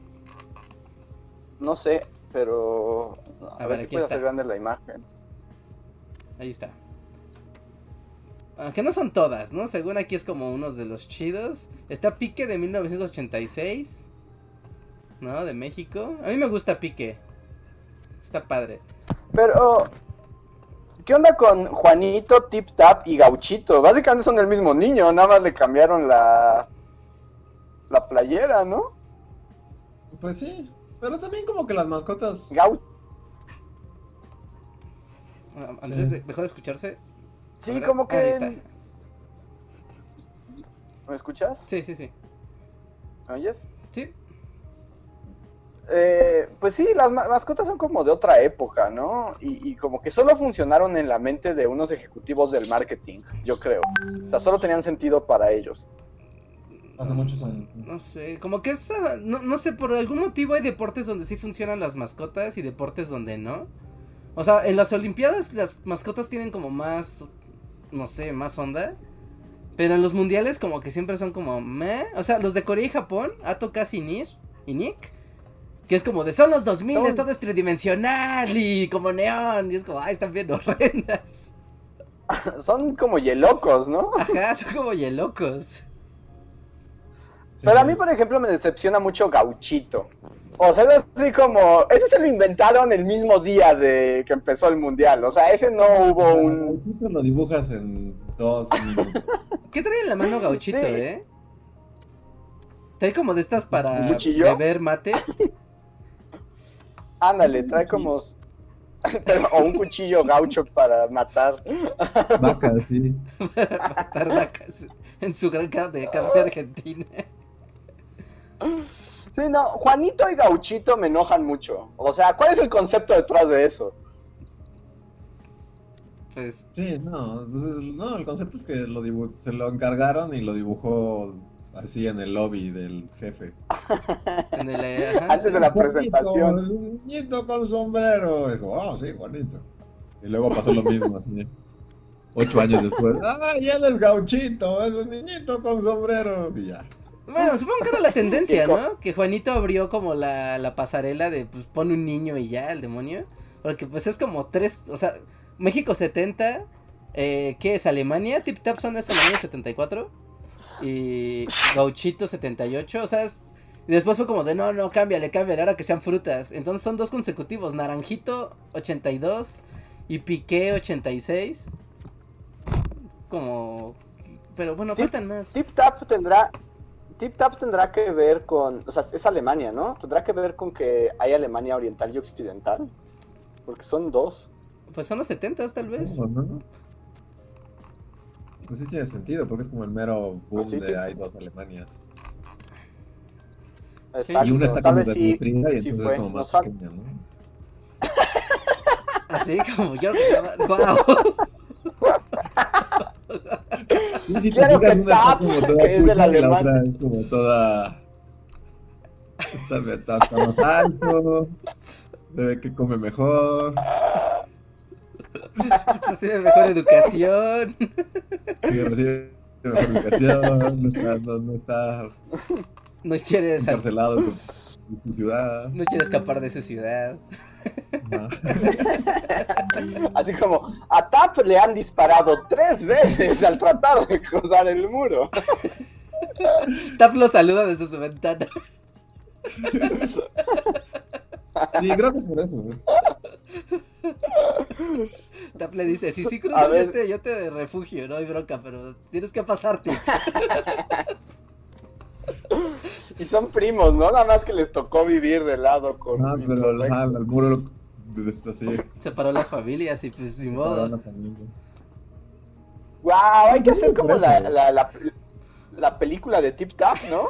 No sé, pero... A, A ver, ver, si aquí puedo está. hacer grande la imagen. Ahí está. Aunque no son todas, ¿no? Según aquí es como unos de los chidos. Está Pique de mil novecientos ochenta y seis. ¿No? De México. A mí me gusta Pique. Está padre. Pero, ¿qué onda con Juanito, Tip Tap y Gauchito? Básicamente son el mismo niño, nada más le cambiaron la... la playera, ¿no? Pues sí, pero también como que las mascotas... Gau... Ah, Andrés, Sí. ¿dejó de escucharse? Sí, ¿Ahora? como Ah, ahí que... está. ¿Me escuchas? Sí, sí, sí. ¿Me oyes? Sí. Eh, pues sí, las ma- mascotas son como de otra época, ¿no? Y, y como que solo funcionaron en la mente de unos ejecutivos del marketing, yo creo. O sea, solo tenían sentido para ellos. Hace muchos años. No sé, como que esa, no, no sé, por algún motivo hay deportes donde sí funcionan las mascotas y deportes donde no. O sea, en las olimpiadas las mascotas tienen como más, no sé, más onda. Pero en los mundiales como que siempre son como, meh. O sea, los de Corea y Japón, Ato, Kasi y Nir, y Nick, que es como de, son los dos mil, Son- es todo es tridimensional y como neón. Y es como, ay, están bien horrendas. Son como yelocos, ¿no? Ajá, son como yelocos. Sí. Pero a mí, por ejemplo, me decepciona mucho Gauchito. O sea, es así como... Ese se lo inventaron el mismo día de que empezó el mundial. O sea, ese no hubo un... Gauchito lo dibujas en dos minutos. ¿Qué trae en la mano Gauchito, Sí. eh? Trae como de estas para ¿Un cuchillo? beber mate. Ándale, trae como... Pero- o un cuchillo gaucho para matar. Vaca, sí. Para matar vacas en su granja de carne argentina. Sí, no, Juanito y Gauchito me enojan mucho. O sea, ¿cuál es el concepto detrás de eso? Pues, Sí, no, pues, no, el concepto es que lo dibu- se lo encargaron y lo dibujó así en el lobby del jefe. en el... eh, ajá, Antes de la Juanito, presentación. es un niñito con sombrero. Y dijo, oh, sí, Juanito. Y luego pasó lo mismo, así. Ocho años después, ah, y él es Gauchito, es un niñito con sombrero. Y ya. Bueno, supongo que era la tendencia, Y co- ¿no? Que Juanito abrió como la, la pasarela de, pues, pone un niño y ya, el demonio. Porque, pues, es como tres, o sea, México setenta, eh, ¿qué es? Alemania, Tip Tap son es Alemania setenta y cuatro. Y Gauchito setenta y ocho, o sea, es... Y después fue como de, no, no, cámbiale, cámbiale, ahora que sean frutas. Entonces son dos consecutivos, Naranjito ochenta y dos y Piqué ochenta y seis. Como... Pero bueno, Tip- faltan más. Tip Tap tendrá... Tip Tap tendrá que ver con... O sea, es Alemania, ¿no? Tendrá que ver con que hay Alemania oriental y occidental. Porque son dos. Pues son los setentas, tal vez. No, no. Pues sí tiene sentido, porque es como el mero boom Así de que- hay dos Alemanias. Exacto. Y una está Tal como vez sí, desnutrida y sí entonces fue. es como más Nos fal- pequeña, ¿no? Así como yo que se llama... ¡Guau! Sí, si te Quiero fijas, que una está Tap, como toda que es del pucha y la alemán. otra es como toda... Está, está, está más alto, se ve que come mejor. Recibe mejor educación. Sí, recibe mejor educación, no está, no, no está No quiere sal- encarcelado en su, en su ciudad. no quiere escapar de su ciudad. No. Así como a Tap le han disparado tres veces al tratar de cruzar el muro. Tap lo saluda desde su ventana. Sí, gracias por eso. Tap le dice, si sí A cruzas ver. yo te, yo te refugio, no hay bronca, pero tienes que pasarte. Y son primos, ¿no? Nada más que les tocó vivir de lado con... Ah, pero el, ajá, el muro es así. Separó las familias y pues ni modo. Wow, hay que hacer como Por eso. la, la, la, la película de Tip Tap, ¿no?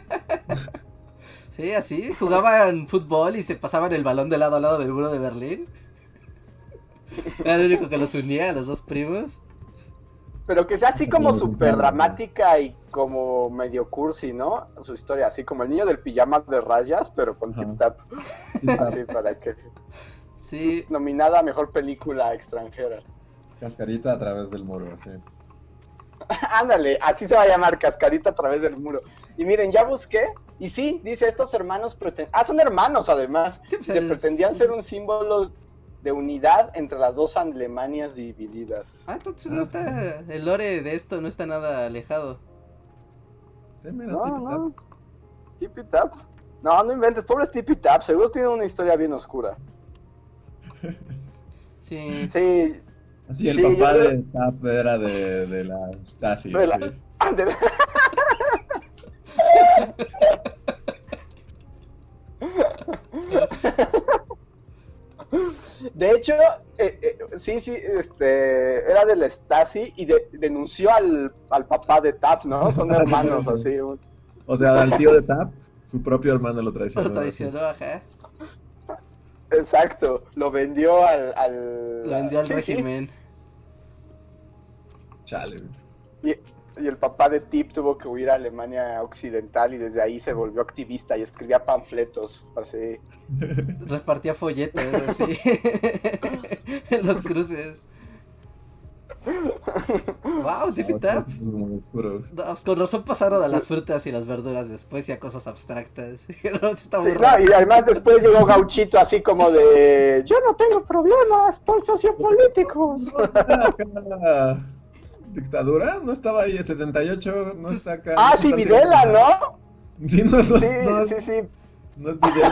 Sí, así, jugaban fútbol y se pasaban el balón de lado a lado del muro de Berlín. Era lo único que los unía a los dos primos. Pero que sea así como Sí, súper claro. dramática y como medio cursi, ¿no? Su historia, así como el niño del pijama de rayas, pero con Ajá. Tip Tap. Así para que... Sí, Nominada a mejor película extranjera. Cascarita a través del muro, sí. Ándale, así se va a llamar, Cascarita a través del muro. Y miren, ya busqué, y sí, dice, estos hermanos pretendían... Ah, son hermanos además. Sí, pues, Se el- pretendían ser un símbolo de unidad entre las dos Alemanias divididas. ah, entonces no está, el lore de esto no está nada alejado. Sí, mira, No, Tip no. Tap. Tippy Tap. No, no inventes, pobres Tippy Tap, seguro tienen una historia bien oscura. Sí, Sí, Así el Sí, papá yo creo- de Tap era de, de la Stasi. de la- sí. ándale. De hecho, eh, eh, sí, sí, este, era de la Stasi y de- denunció al, al papá de Tap, ¿no? Son hermanos así. un- O sea, al tío de Tap, su propio hermano lo traicionó. lo traicionó, ajá. Exacto, lo vendió al... al Lo vendió al sí, sí. régimen. Chale. Y, y el papá de Tip tuvo que huir a Alemania Occidental y desde ahí se volvió activista y escribía panfletos, así. Repartía folletos, así. En los cruces. Wow, Tippy Tap. Es muy oscuro. No, con razón pasaron a las frutas y las verduras después y a cosas abstractas. No, está muy Sí, no, raro. y además después llegó Gauchito así como de yo no tengo problemas por sociopolíticos. Acá, dictadura, no estaba ahí en setenta y ocho, no está acá. Ah, no sí, está Videla, cerca. ¿no? Sí, no, no, Sí, no, sí, sí, no es Videla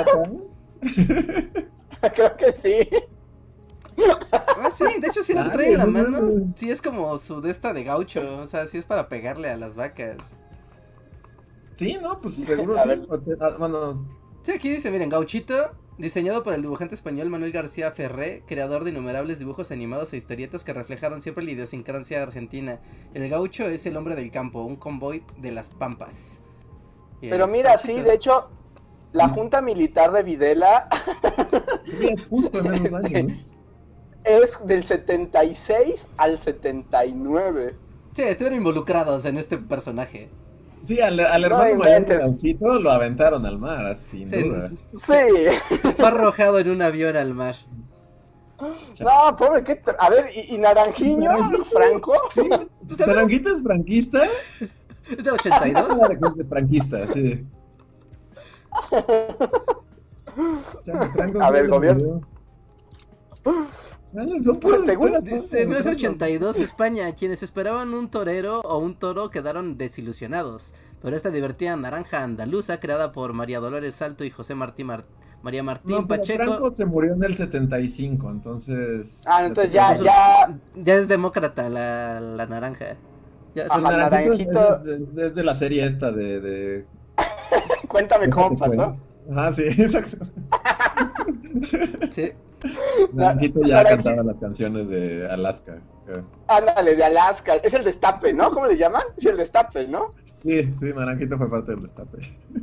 acá. creo que sí. Ah, sí, de hecho sí lo Ay, trae en la no mano. mames. Sí es como su de esta de gaucho. O sea, sí es para pegarle a las vacas. Sí, no, pues seguro A sí. ver. o sea, ah, bueno, Sí, aquí dice, miren, Gauchito, diseñado por el dibujante español Manuel García Ferré, creador de innumerables dibujos animados e historietas que reflejaron siempre la idiosincrasia argentina. El gaucho es el hombre del campo, un convoy de las pampas. Y Pero es mira, Gauchito. sí, de hecho, la junta militar de Videla sí, es justo en esos años. es del setenta y seis al setenta y nueve. Sí, estuvieron involucrados en este personaje. Sí, al, al No hermano mayor de inventes. Gauchito lo aventaron al mar, sin Sí. duda. Sí. Se fue arrojado en un avión al mar. No, pobre, ¿qué? tra- A ver, ¿y, y Naranjiño? Naranjito. ¿Franco? Pues, a ver, ¿Naranjito es franquista? ¿es de ochenta y dos? Ah, de que es de franquista, sí. Chale, Franco, A ver, ¿cómo le gobierno. murió? Chale, son puras Según historias Dice, no es falsas. ochenta y dos España, quienes esperaban un torero o un toro quedaron desilusionados. Pero esta divertida naranja andaluza, creada por María Dolores Salto y José Martí Mar- María Martín No, pero Pacheco, Franco se murió en el setenta y cinco, entonces... Ah, entonces ya, Entonces, ya. ya es demócrata la, la naranja. Ya- Ah. El Ajá, naranjito naranjito. es, es- es de la serie esta de... de... Cuéntame cómo Déjate pasó. cuento. Ajá, sí, exacto. sí. Naranjito ya Naranjito. cantaba las canciones de Alaska. creo. Ándale, de Alaska. Es el destape, ¿no? ¿Cómo le llaman? Sí, el destape, ¿no? Sí, sí, Naranjito fue parte del destape.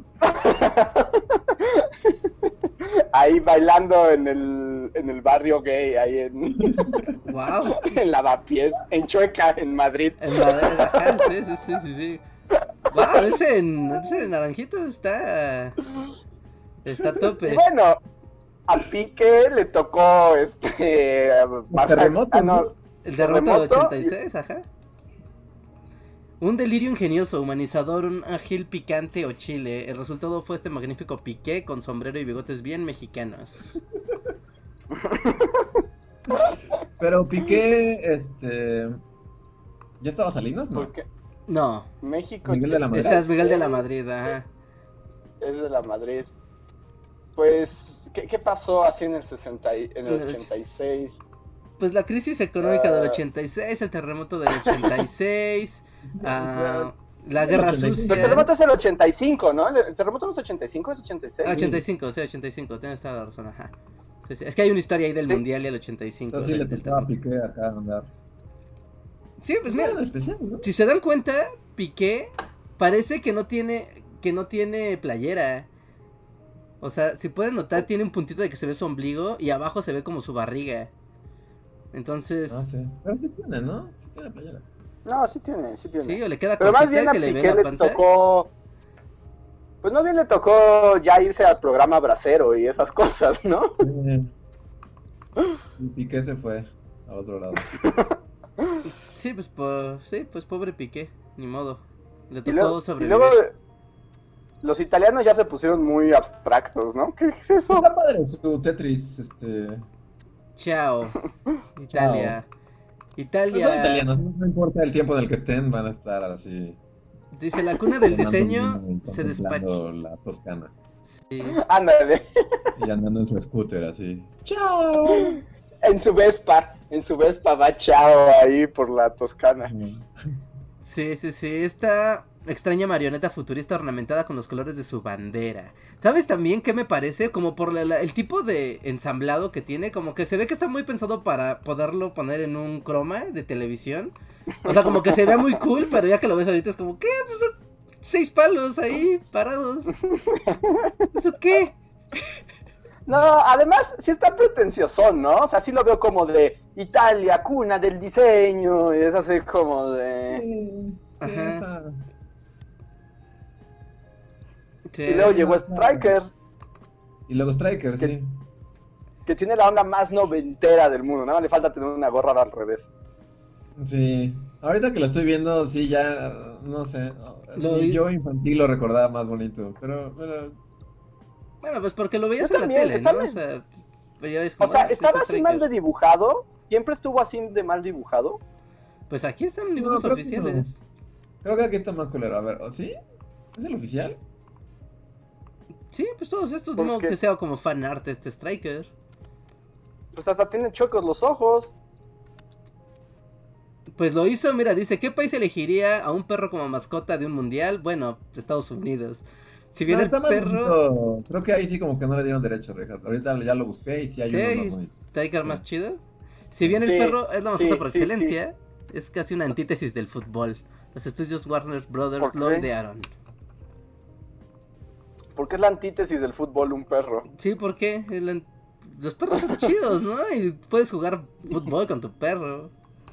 Ahí bailando en el, en el barrio gay, ahí en, Wow. en Lavapiés, en Chueca, en Madrid. En Madrid, ajá, sí, sí, sí, sí, sí. Wow, ese, ese naranjito está. Está a Y tope. bueno, a Piqué le tocó este pasar- terremoto, ah, no, ¿no? El terremoto del terremoto ochenta y seis, ajá. Un delirio ingenioso, humanizador, un ágil picante o chile. El resultado fue este magnífico Piqué con sombrero y bigotes bien mexicanos. Pero Piqué, este... ¿Ya estaba Salinas? No. porque No, México Miguel de la Madrid. este es Miguel de la Madrid, ajá. es de la Madrid. Pues, ¿qué, qué pasó así en el sesenta y- en el En el ochenta y seis? Pues la crisis económica Ah. del ochenta y seis, el terremoto del ochenta y seis, ah, la guerra ochenta y cinco. Pero el sucia. terremoto es el ochenta y cinco, ¿no? ¿El terremoto no es ochenta y cinco, es ochenta y seis? Ah, ochenta y cinco, sí, ochenta y cinco, tienes toda la razón, ajá. Sí, sí, es que hay una historia ahí del Sí. mundial y el ochenta y cinco. Entonces sí del- le del tocaba a terremoto. Piqué acá andar. Sí, pues mira, Nada especial, ¿no? si se dan cuenta, Piqué parece que no tiene que no tiene playera. O sea, si pueden notar, tiene un puntito de que se ve su ombligo y abajo se ve como su barriga. Entonces, Ah, sí. Pero sí tiene, ¿no? Sí tiene playera. No, sí tiene, sí tiene. sí, o le queda Pero más cortita bien y a se le ve Piqué la le panza. tocó... Pues más bien le tocó ya irse al programa Bracero y esas cosas, ¿no? Sí. Y Piqué se fue al otro lado. Sí, pues, po- sí, pues pobre Piqué, ni modo. Le Y tocó luego, y sobrevivir. luego los italianos ya se pusieron muy abstractos, ¿no? ¿Qué es eso? Está padre su Tetris, este... Chao. Italia. Pues son Italia. italianos, no importa el tiempo en el que estén, van a estar así... Dice, la cuna del tomando diseño vino y se despacha. contemplando la Toscana. Sí. Ándale, Y andando en su scooter así. ¡Chao! en su Vespa, en su Vespa va chao ahí por la Toscana. Sí, sí, sí, esta extraña marioneta futurista ornamentada con los colores de su bandera. ¿Sabes también qué me parece? Como por la- la- el tipo de ensamblado que tiene, como que se ve que está muy pensado para poderlo poner en un croma de televisión. O sea, como que se ve muy cool, pero ya que lo ves ahorita es como, ¿qué? Pues son seis palos ahí parados. ¿Eso qué? No, además sí está pretencioso, ¿no? O sea, sí lo veo como de Italia, cuna del diseño, y es así como de... Sí, Ajá. está- Sí. Y luego llegó Striker, Y luego Striker, ¿Qué? sí. que tiene la onda más noventera del mundo, nada más le falta tener una gorra al revés. Sí. Ahorita que lo estoy viendo, sí, ya, no sé. Lo Mi vi- yo infantil lo recordaba más bonito. Pero, pero Bueno, pues porque lo veías Yo en la también, tele, está ¿no? O bien. sea, pues ya ves O como, sea, ah, estaba este así mal de Striker. dibujado, siempre estuvo así de mal dibujado. Pues aquí están dibujos creo que oficiales. creo que aquí está más culero. A ver, ¿sí? ¿Es el oficial? Sí, pues todos estos, ¿Por no qué? que sea como fan art este Striker. Pues hasta tiene chocos los ojos. Pues lo hizo, mira, dice, ¿qué país elegiría a un perro como mascota de un mundial? Bueno, Estados Unidos. Si bien No, el está más perro... bonito. Creo que ahí sí como que no le dieron derecho, Richard. Ahorita ya lo busqué y sí hay Sí, uno hay más bonito. Striker Sí. más chido. Si bien el Sí, perro es la mascota sí, por sí, sí. excelencia, es casi una antítesis del fútbol. Los estudios Warner Brothers ¿Por qué? lo idearon. Porque es la antítesis del fútbol un perro. Sí, ¿por qué? El an- Los perros son chidos, ¿no? Y puedes jugar fútbol con tu perro.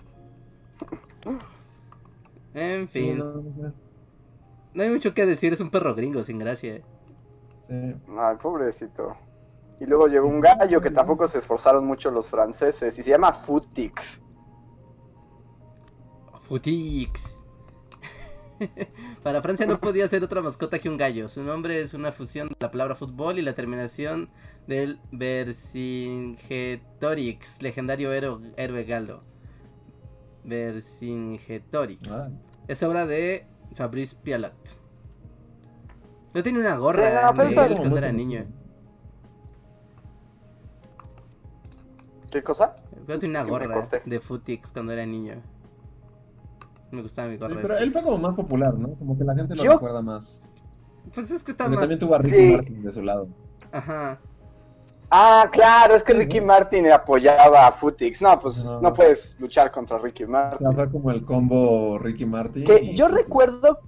En Sí, fin, no, no, no hay mucho que decir, es un perro gringo sin gracia. sí. Ay, pobrecito. Y luego llegó un gallo que tampoco se esforzaron mucho los franceses y se llama Futix. Futix. Para Francia no podía ser otra mascota que un gallo. Su nombre es una fusión de la palabra fútbol y la terminación del Vercingetorix, legendario héroe, héroe galo. Vercingetorix. Ah, Es obra de Fabrice Pialat. Yo tenía una gorra Sí, no, pero de está él bien. cuando era niño. ¿Qué cosa? Yo tenía una Que me gorra corté. de Futix cuando era niño. Me gustaba mi sí, gorra. de pero él fue Futix. como más popular, ¿no? Como que la gente lo Yo- recuerda más. Pues es que está Porque más. también tuvo a Ricky Sí. Martin de su lado. Ajá. Ah, claro, es que Sí, Ricky ¿no? Martin apoyaba a Futix. No, pues No. no puedes luchar contra Ricky O Martin. sea, fue como el combo Ricky Martin. Que y yo Futix. recuerdo...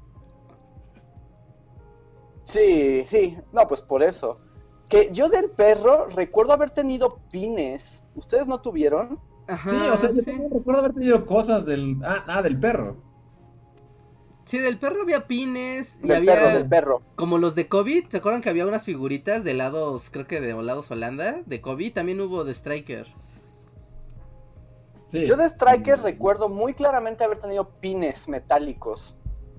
Sí, sí, no, pues por eso. Que yo del perro recuerdo haber tenido pines. ¿Ustedes no tuvieron? Ajá. Sí, o sea, yo sí. también recuerdo haber tenido cosas del. Ah, ah, del perro. Sí, del perro había pines. Y Del había perro, del perro. como los de COVID. ¿Se acuerdan que había unas figuritas de helados, creo que de helados Holanda? De COVID también hubo de Striker. Sí. Yo de Striker recuerdo muy claramente haber tenido pines metálicos.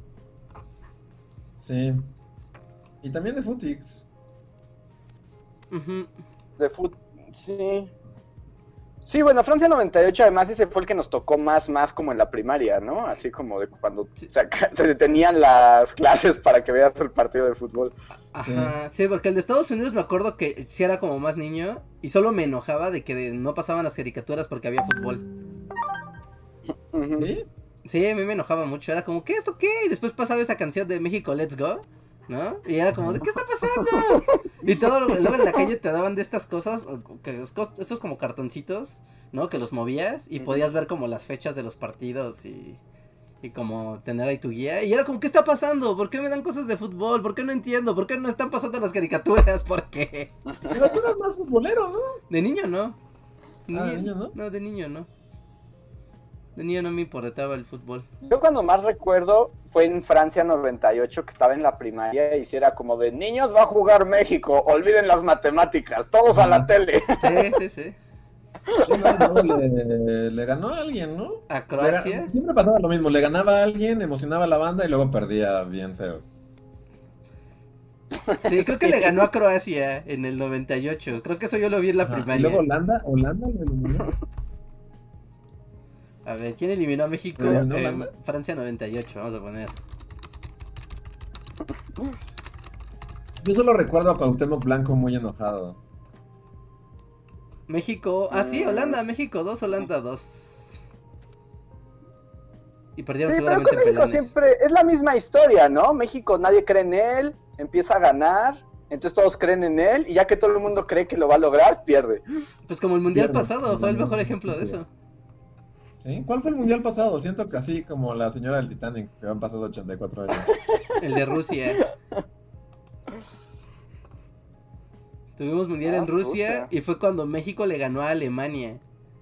Sí. Y también de Footix. Ujú. De fut... Sí. Sí, bueno, Francia noventa y ocho además ese fue el que nos tocó más, más como en la primaria, ¿no? Así como de cuando Sí. se, aca- se detenían las clases para que veas el partido de fútbol. Ajá, sí. porque el de Estados Unidos me acuerdo que sí era como más niño y solo me enojaba de que de- no pasaban las caricaturas porque había fútbol. Ujú. ¿Sí? Sí, a mí me enojaba mucho, era como, ¿qué esto qué? Y después pasaba esa canción de México Let's Go, ¿no? Y era como, ¿de qué está pasando? Y todo, luego en la calle te daban de estas cosas, que, estos como cartoncitos, ¿no? Que los movías y Ujú. podías ver como las fechas de los partidos y... Y como tener ahí tu guía. Y era como, ¿qué está pasando? ¿Por qué me dan cosas de fútbol? ¿Por qué no entiendo? ¿Por qué no están pasando las caricaturas? ¿Por qué? Pero tú eras más futbolero, ¿no? De niño no. Ah, ¿de niño no? No, de niño no. De niño no me importaba el fútbol. Yo cuando más recuerdo fue en Francia noventa y ocho, que estaba en la primaria y si era como de niños va a jugar México, olviden las matemáticas, todos a la tele. Sí, sí, sí. Sí, no, no, le, le ganó a alguien, ¿no? ¿A Le Croacia? gan- siempre pasaba lo mismo, le ganaba a alguien, emocionaba a la banda y luego perdía bien feo. Sí, creo que le ganó a Croacia en el noventa y ocho. Creo que eso yo lo vi en la Ajá, primaria. Y luego Holanda, Holanda lo eliminó. A ver, ¿quién eliminó a México? ¿Lo eliminó Eh, Holanda? Francia noventa y ocho, vamos a poner. Yo solo recuerdo a Cuauhtémoc Blanco muy enojado. México, ah sí, Mm. Holanda, México dos, Holanda dos. Y perdieron Sí, pero seguramente con México pelones. siempre es la misma historia, ¿no? México nadie cree en él, empieza a ganar, entonces todos creen en él y ya que todo el mundo cree que lo va a lograr, pierde. Pues como el mundial Pierde. pasado, fue el mejor Sí, ejemplo de sí. eso. ¿Sí? ¿Cuál fue el mundial pasado? Siento que así como la señora del Titanic, que han pasado ochenta y cuatro años. El de Rusia. Tuvimos mundial Ah, en Rusia Rusia. y fue cuando México le ganó a Alemania.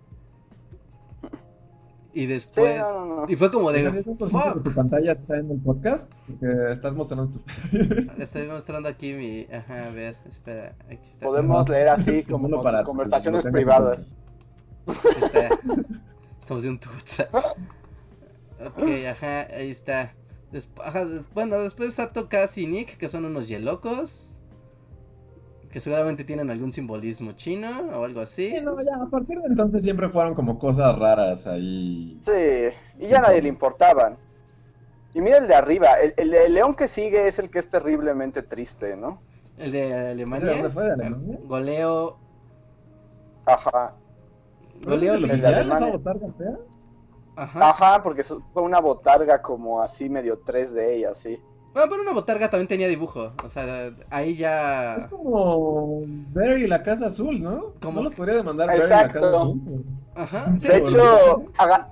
Y Sí, después... no, no, no. Y fue como de... ¿Estás consciente que "Fuck". tu pantalla está en el podcast? Porque estás mostrando tu... Estoy mostrando aquí mi... Ajá, a ver, espera. Aquí está. Podemos leer así Es como solo con para- tus conversaciones para- privadas. Aquí está. Estamos de un WhatsApp. Ok, ajá, ahí está. Desp- ajá, des- bueno, después Sato Kasi y Nick, que son unos yelocos. Que seguramente tienen algún simbolismo chino o algo así. Sí, no, ya, a partir de entonces siempre fueron como cosas raras ahí. Sí, y ya a nadie le importaban. Y mira el de arriba, el, el, el león que sigue es el que es terriblemente triste, ¿no? El de Alemania. ¿De dónde fue? ¿De Alemania? Eh, Goleo. Ajá. ¿No es Goleo. el de oficial, Alemania. esa botarga fea? Ajá. Ajá, porque eso fue una botarga como así medio tres de ella, sí. Bueno, pero una botarga también tenía dibujo. O sea, ahí ya. Es como Bear y la Casa Azul, ¿no? ¿Cómo? No los podría demandar Bear y la Exacto. Casa Azul. Ajá. Sí, De Sí, hecho, aga-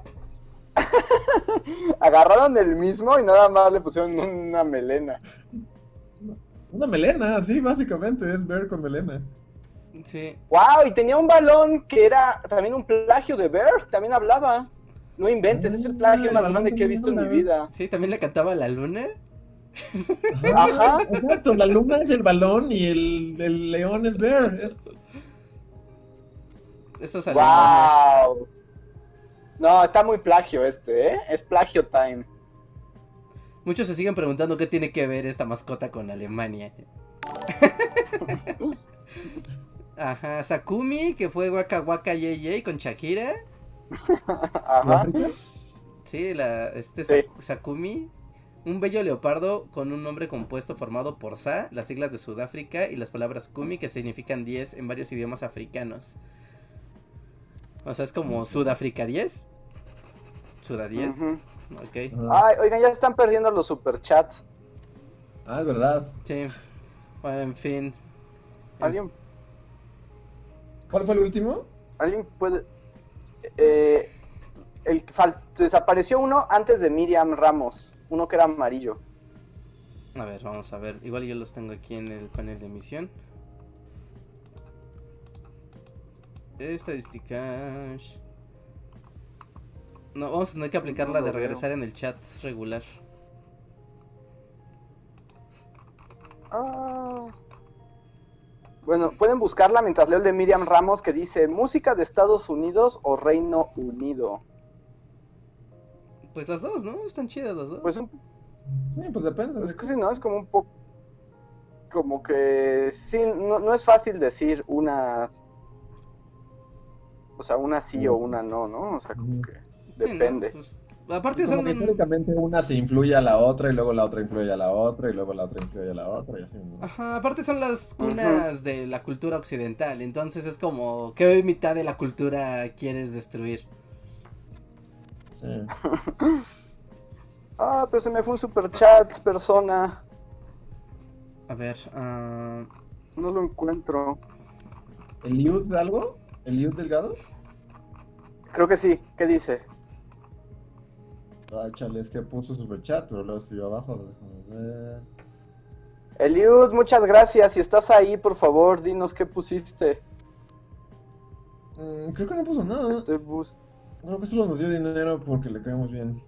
agarraron el mismo y nada más le pusieron una melena. Una melena, sí, básicamente, es Bear con melena. sí. ¡Wow! Y tenía un balón que era también un plagio de Bear, también hablaba. No inventes, es el plagio Ah, más el grande balón que he visto en mi también vida. Sí, también le cantaba a la luna. Ajá. Exacto, la luna es el balón y el, el león es Bear. Es... Esos alemanes. ¡Wow! No, está muy plagio este, ¿eh? Es plagio time. Muchos se siguen preguntando qué tiene que ver esta mascota con Alemania. Ajá, Sakumi, que fue Waka Waka Yey Yey con Shakira. Ajá. Sí, la, este Sí. Sak- Sakumi. Un bello leopardo con un nombre compuesto formado por Sa, las siglas de Sudáfrica y las palabras Kumi que significan diez en varios idiomas africanos. O sea, es como Sudáfrica diez. Suda diez. Ujú. Ok. Ah, Ay, oigan, ya están perdiendo los superchats. ah, es verdad. Sí. Bueno, en fin. ¿Alguien, ¿Cuál fue el último? alguien puede...? Eh, el que fal- desapareció uno antes de Miriam Ramos. Uno que era amarillo. A ver, vamos a ver. Igual yo los tengo aquí en el panel de emisión. Estadísticas. No, vamos a tener que aplicar No la de lo veo. regresar en el chat regular. Ah. Bueno, pueden buscarla mientras leo el de Miriam Ramos que dice música de Estados Unidos o Reino Unido. Pues las dos, ¿no? Están chidas las dos. Pues un... Sí, pues depende. Es que sí, ¿no? Es como un poco... Como que... Sí, no, no es fácil decir una... O sea, una sí o una no, ¿no? O sea, como que depende. Sí, ¿no? Pues, aparte como son... que históricamente una se influye a la otra y luego la otra influye a la otra y luego la otra influye a la otra y así, ¿no? Ajá, aparte son las cunas uh-huh. de la cultura occidental, entonces es como, ¿qué mitad de la cultura quieres destruir? Sí. Ah, pero se me fue un super chat, persona. A ver, uh... no lo encuentro. ¿Eliud algo? ¿Eliud Delgado? Creo que sí, ¿qué dice? Ah, chale, es que puso super chat, pero luego escribió abajo. Déjame ver. Eliud, muchas gracias. Si estás ahí, por favor, dinos qué pusiste. Mm, creo que no puso nada. Estoy bus- Creo que solo nos dio dinero porque le caemos bien.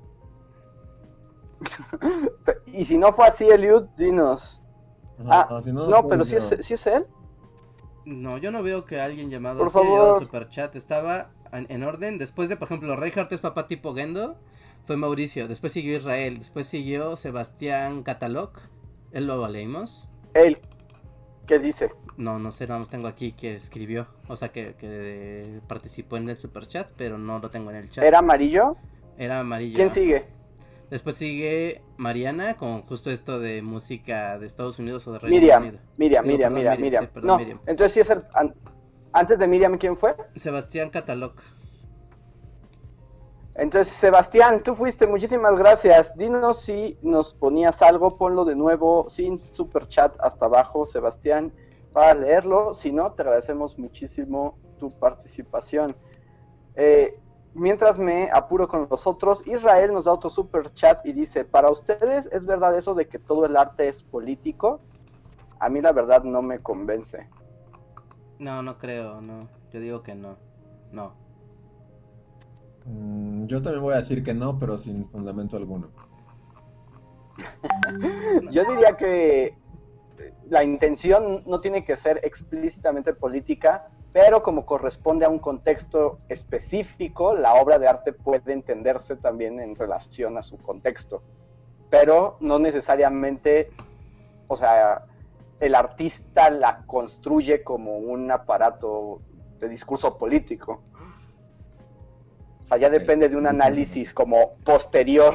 Y si no fue así, Eliud, dinos. Ajá, ah, si no, no, pero si es, si es él. No, yo no veo que alguien llamado por así favor. Superchat. Estaba en, en orden. Después de, por ejemplo, Reinhardt es papá tipo Gendo. Fue Mauricio. Después siguió Israel. Después siguió Sebastián Catalog. Él lo leímos. Él. ¿Qué dice? No, no sé, nada más tengo aquí que escribió. O sea, que, que participó en el Superchat, pero no lo tengo en el chat. ¿Era amarillo? Era amarillo. ¿Quién sigue? Después sigue Mariana con justo esto de música de Estados Unidos o de Reino Miriam, Unido. Miriam, Digo, Miriam, perdón, Miriam, Miriam. sí, perdón, no, Miriam. entonces sí es el... An- antes de Miriam, ¿quién fue? Sebastián Catalog. Entonces, Sebastián, tú fuiste, muchísimas gracias. Dinos si nos ponías algo, ponlo de nuevo sin super chat hasta abajo, Sebastián, para leerlo. Si no, te agradecemos muchísimo tu participación. Eh, mientras me apuro con los otros, Israel nos da otro super chat y dice, para ustedes, ¿es verdad eso de que todo el arte es político? A mí la verdad no me convence. No, no creo, no. Yo digo que no. No. Mm, yo también voy a decir que no, pero sin fundamento alguno. Yo diría que la intención no tiene que ser explícitamente política, pero como corresponde a un contexto específico, la obra de arte puede entenderse también en relación a su contexto, pero no necesariamente, o sea, el artista la construye como un aparato de discurso político. O sea, ya depende de un análisis como posterior.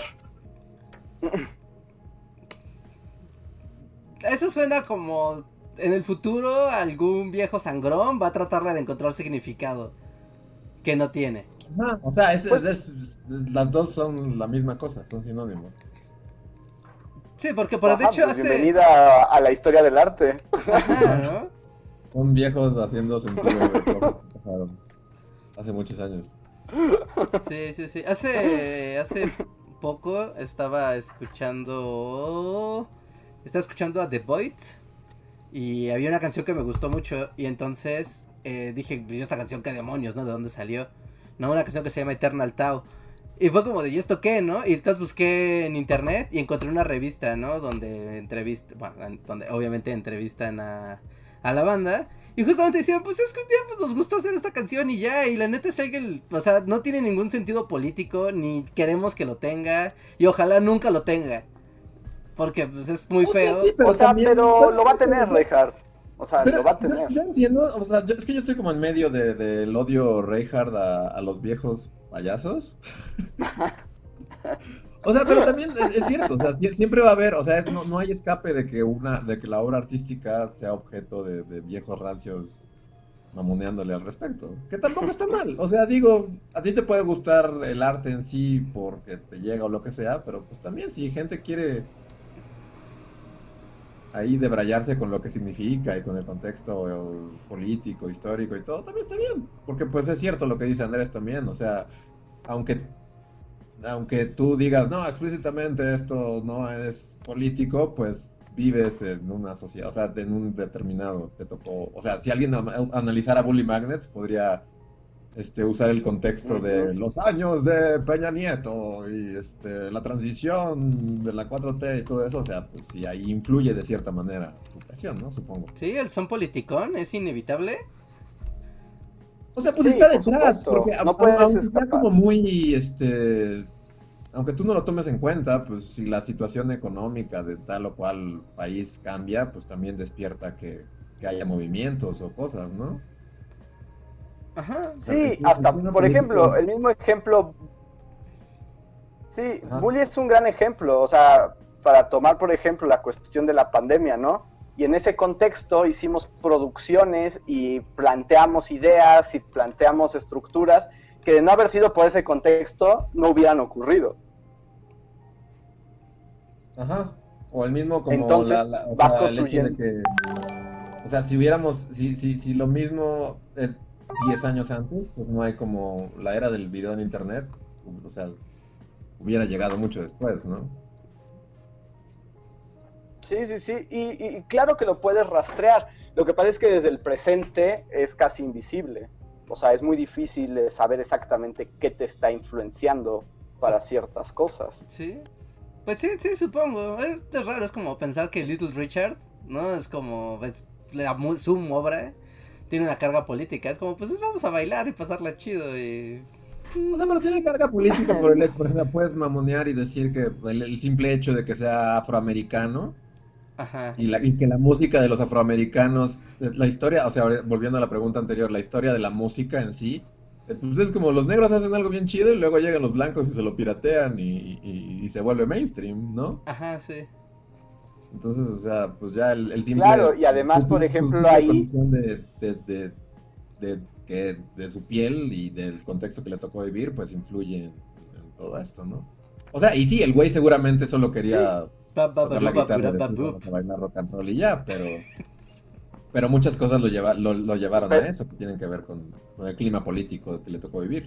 Eso suena como en el futuro algún viejo sangrón va a tratar de encontrar significado que no tiene. Ah, o sea, es, Pues- es- es- las dos son la misma cosa, son sinónimos. Sí, porque por de Ajá, hecho pues, hace... bienvenida a, a la historia del arte. Ajá, ¿no? Son viejos haciendo sentido de cosas que pasaron hace muchos años. Sí, sí, sí. Hace, hace poco estaba escuchando... Estaba escuchando a The Void y había una canción que me gustó mucho y entonces eh, dije, ¿y esta canción qué demonios, no? ¿De dónde salió? No, una canción que se llama Eternal Tao. Y fue como de, ¿y esto qué, no? Y entonces busqué en internet y encontré una revista, ¿no? Donde entrevista, bueno, donde obviamente entrevistan a, a la banda. Y justamente decían, pues es que un día pues, nos gustó hacer esta canción y ya. Y la neta es que, o sea, no tiene ningún sentido político, ni queremos que lo tenga. Y ojalá nunca lo tenga. Porque pues es muy O sea, feo. sí, pero o sea, también- pero bueno, lo va a tener, Reinhardt. O sea, Pero lo va a yo, tener. yo entiendo, o sea, yo- es que yo estoy como en medio de- del odio Reinhardt a, a los viejos payasos. O sea, pero también es, es cierto, o sea, sie- siempre va a haber, o sea, es- no, no hay escape de que una, de que la obra artística sea objeto de, de viejos rancios mamoneándole al respecto. Que tampoco está mal. O sea, digo, a ti te puede gustar el arte en sí porque te llega o lo que sea, pero pues también si gente quiere ahí debrayarse con lo que significa y con el contexto eh, político, histórico y todo, también está bien. Porque pues es cierto lo que dice Andrés también, o sea, aunque aunque tú digas, no, explícitamente esto no es político, pues vives en una sociedad, o sea, en un determinado, te tocó, o sea, si alguien am- analizara Bully Magnets, podría este, usar el contexto de los años de Peña Nieto y este, la transición de la cuatro T y todo eso, o sea, pues sí, ahí influye de cierta manera su presión, ¿no? Supongo. Sí, el son politicón es inevitable. O sea, pues Sí, está por detrás, supuesto, porque no a- puedes aunque sea escapar. como muy, este, aunque tú no lo tomes en cuenta, pues si la situación económica de tal o cual país cambia, pues también despierta que, que haya movimientos o cosas, ¿no? Ajá. Sí, hasta, por ejemplo, el mismo ejemplo. Sí, Ajá. Bully es un gran ejemplo, o sea, para tomar, por ejemplo, la cuestión de la pandemia, ¿no? Y en ese contexto hicimos producciones y planteamos ideas y planteamos estructuras que de no haber sido por ese contexto no hubieran ocurrido. Ajá. O el mismo como Entonces, la, la- o vas sea, el hecho de construyendo. que, o sea, si hubiéramos, si, si, si lo mismo es diez años antes, pues no hay como la era del video en internet, o sea, hubiera llegado mucho después, ¿no? Sí, sí, sí, y, y claro que lo puedes rastrear. Lo que pasa es que desde el presente es casi invisible. O sea, es muy difícil eh, saber exactamente qué te está influenciando para ciertas cosas. Sí. Pues sí, sí, supongo. Es, es raro, es como pensar que Little Richard, ¿no? Es como, es la, mu- su obra tiene una carga política. Es como, pues vamos a bailar y pasarla chido y... O sea, pero tiene carga política por el hecho, por ejemplo, puedes mamonear y decir que el, el simple hecho de que sea afroamericano Ajá. y, la, y que la música de los afroamericanos, la historia, o sea, ahora, volviendo a la pregunta anterior, la historia de la música en sí, eh, pues es como los negros hacen algo bien chido y luego llegan los blancos y se lo piratean y, y, y se vuelve mainstream, ¿no? Ajá, sí. Entonces, o sea, pues ya el, el simple... Claro, y además, su- por su- ejemplo, su ahí- condición de, de, de, de, que de su piel y del contexto que le tocó vivir, pues influye en, en todo esto, ¿no? O sea, y sí, el güey seguramente solo quería Ba, ba, ba, tocar la ba, guitarra y ba, decir, ba, vamos boop. a bailar rock and roll y ya, pero... Pero muchas cosas lo, lleva, lo, lo llevaron a Pero- eso, que tienen que ver con, con el clima político que le tocó vivir.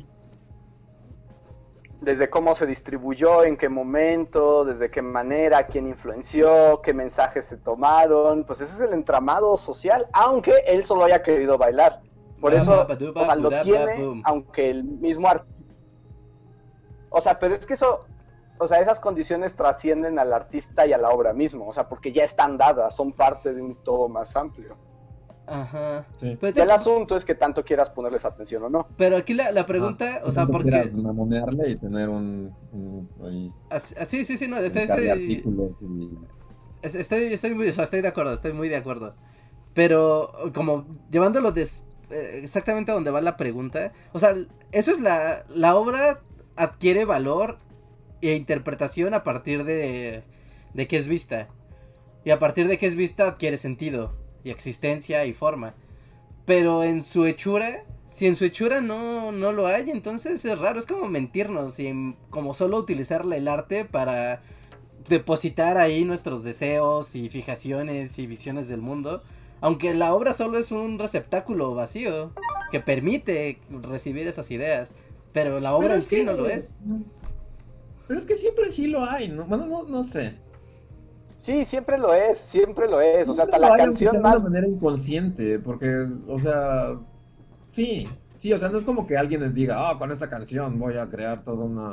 Desde cómo se distribuyó, en qué momento, desde qué manera, quién influenció, qué mensajes se tomaron. Pues ese es el entramado social, aunque él solo haya querido bailar. Por Ba, eso, ba, ba, du, ba, o sea, bu, lo da, ba, tiene, boom. aunque el mismo artista... O sea, pero es que eso... O sea, esas condiciones trascienden al artista y a la obra mismo. O sea, porque ya están dadas, son parte de un todo más amplio. Ajá. Sí. Pues Ya el ya- asunto es que tanto quieras ponerles atención o no. pero aquí la, la pregunta, Ah, o sea, tú porque... quieras mamonearle y tener un... un ahí, así- Sí, sí, sí, no, un estoy, par de estoy, artículos y... es- estoy, estoy, muy, o sea, estoy de acuerdo, estoy muy de acuerdo. Pero como llevándolo des- eh, exactamente a donde va la pregunta, o sea, eso es la, la obra adquiere valor e interpretación a partir de, de que es vista. Y a partir de que es vista adquiere sentido y existencia y forma. Pero en su hechura, si en su hechura no, no lo hay, entonces es raro, es como mentirnos y en- como solo utilizar el arte para depositar ahí nuestros deseos y fijaciones y visiones del mundo. Aunque la obra solo es un receptáculo vacío que permite recibir esas ideas. Pero la obra Pero en es sí que- no lo es. Pero es que siempre sí lo hay, ¿no? Bueno, no, no sé. Sí, siempre lo es, siempre lo es. O sea, hasta Siempre lo la hay, aunque sea canción de más... una manera inconsciente, porque, o sea, sí, sí, o sea, no es como que alguien les diga, ah, con esta canción voy a crear toda una...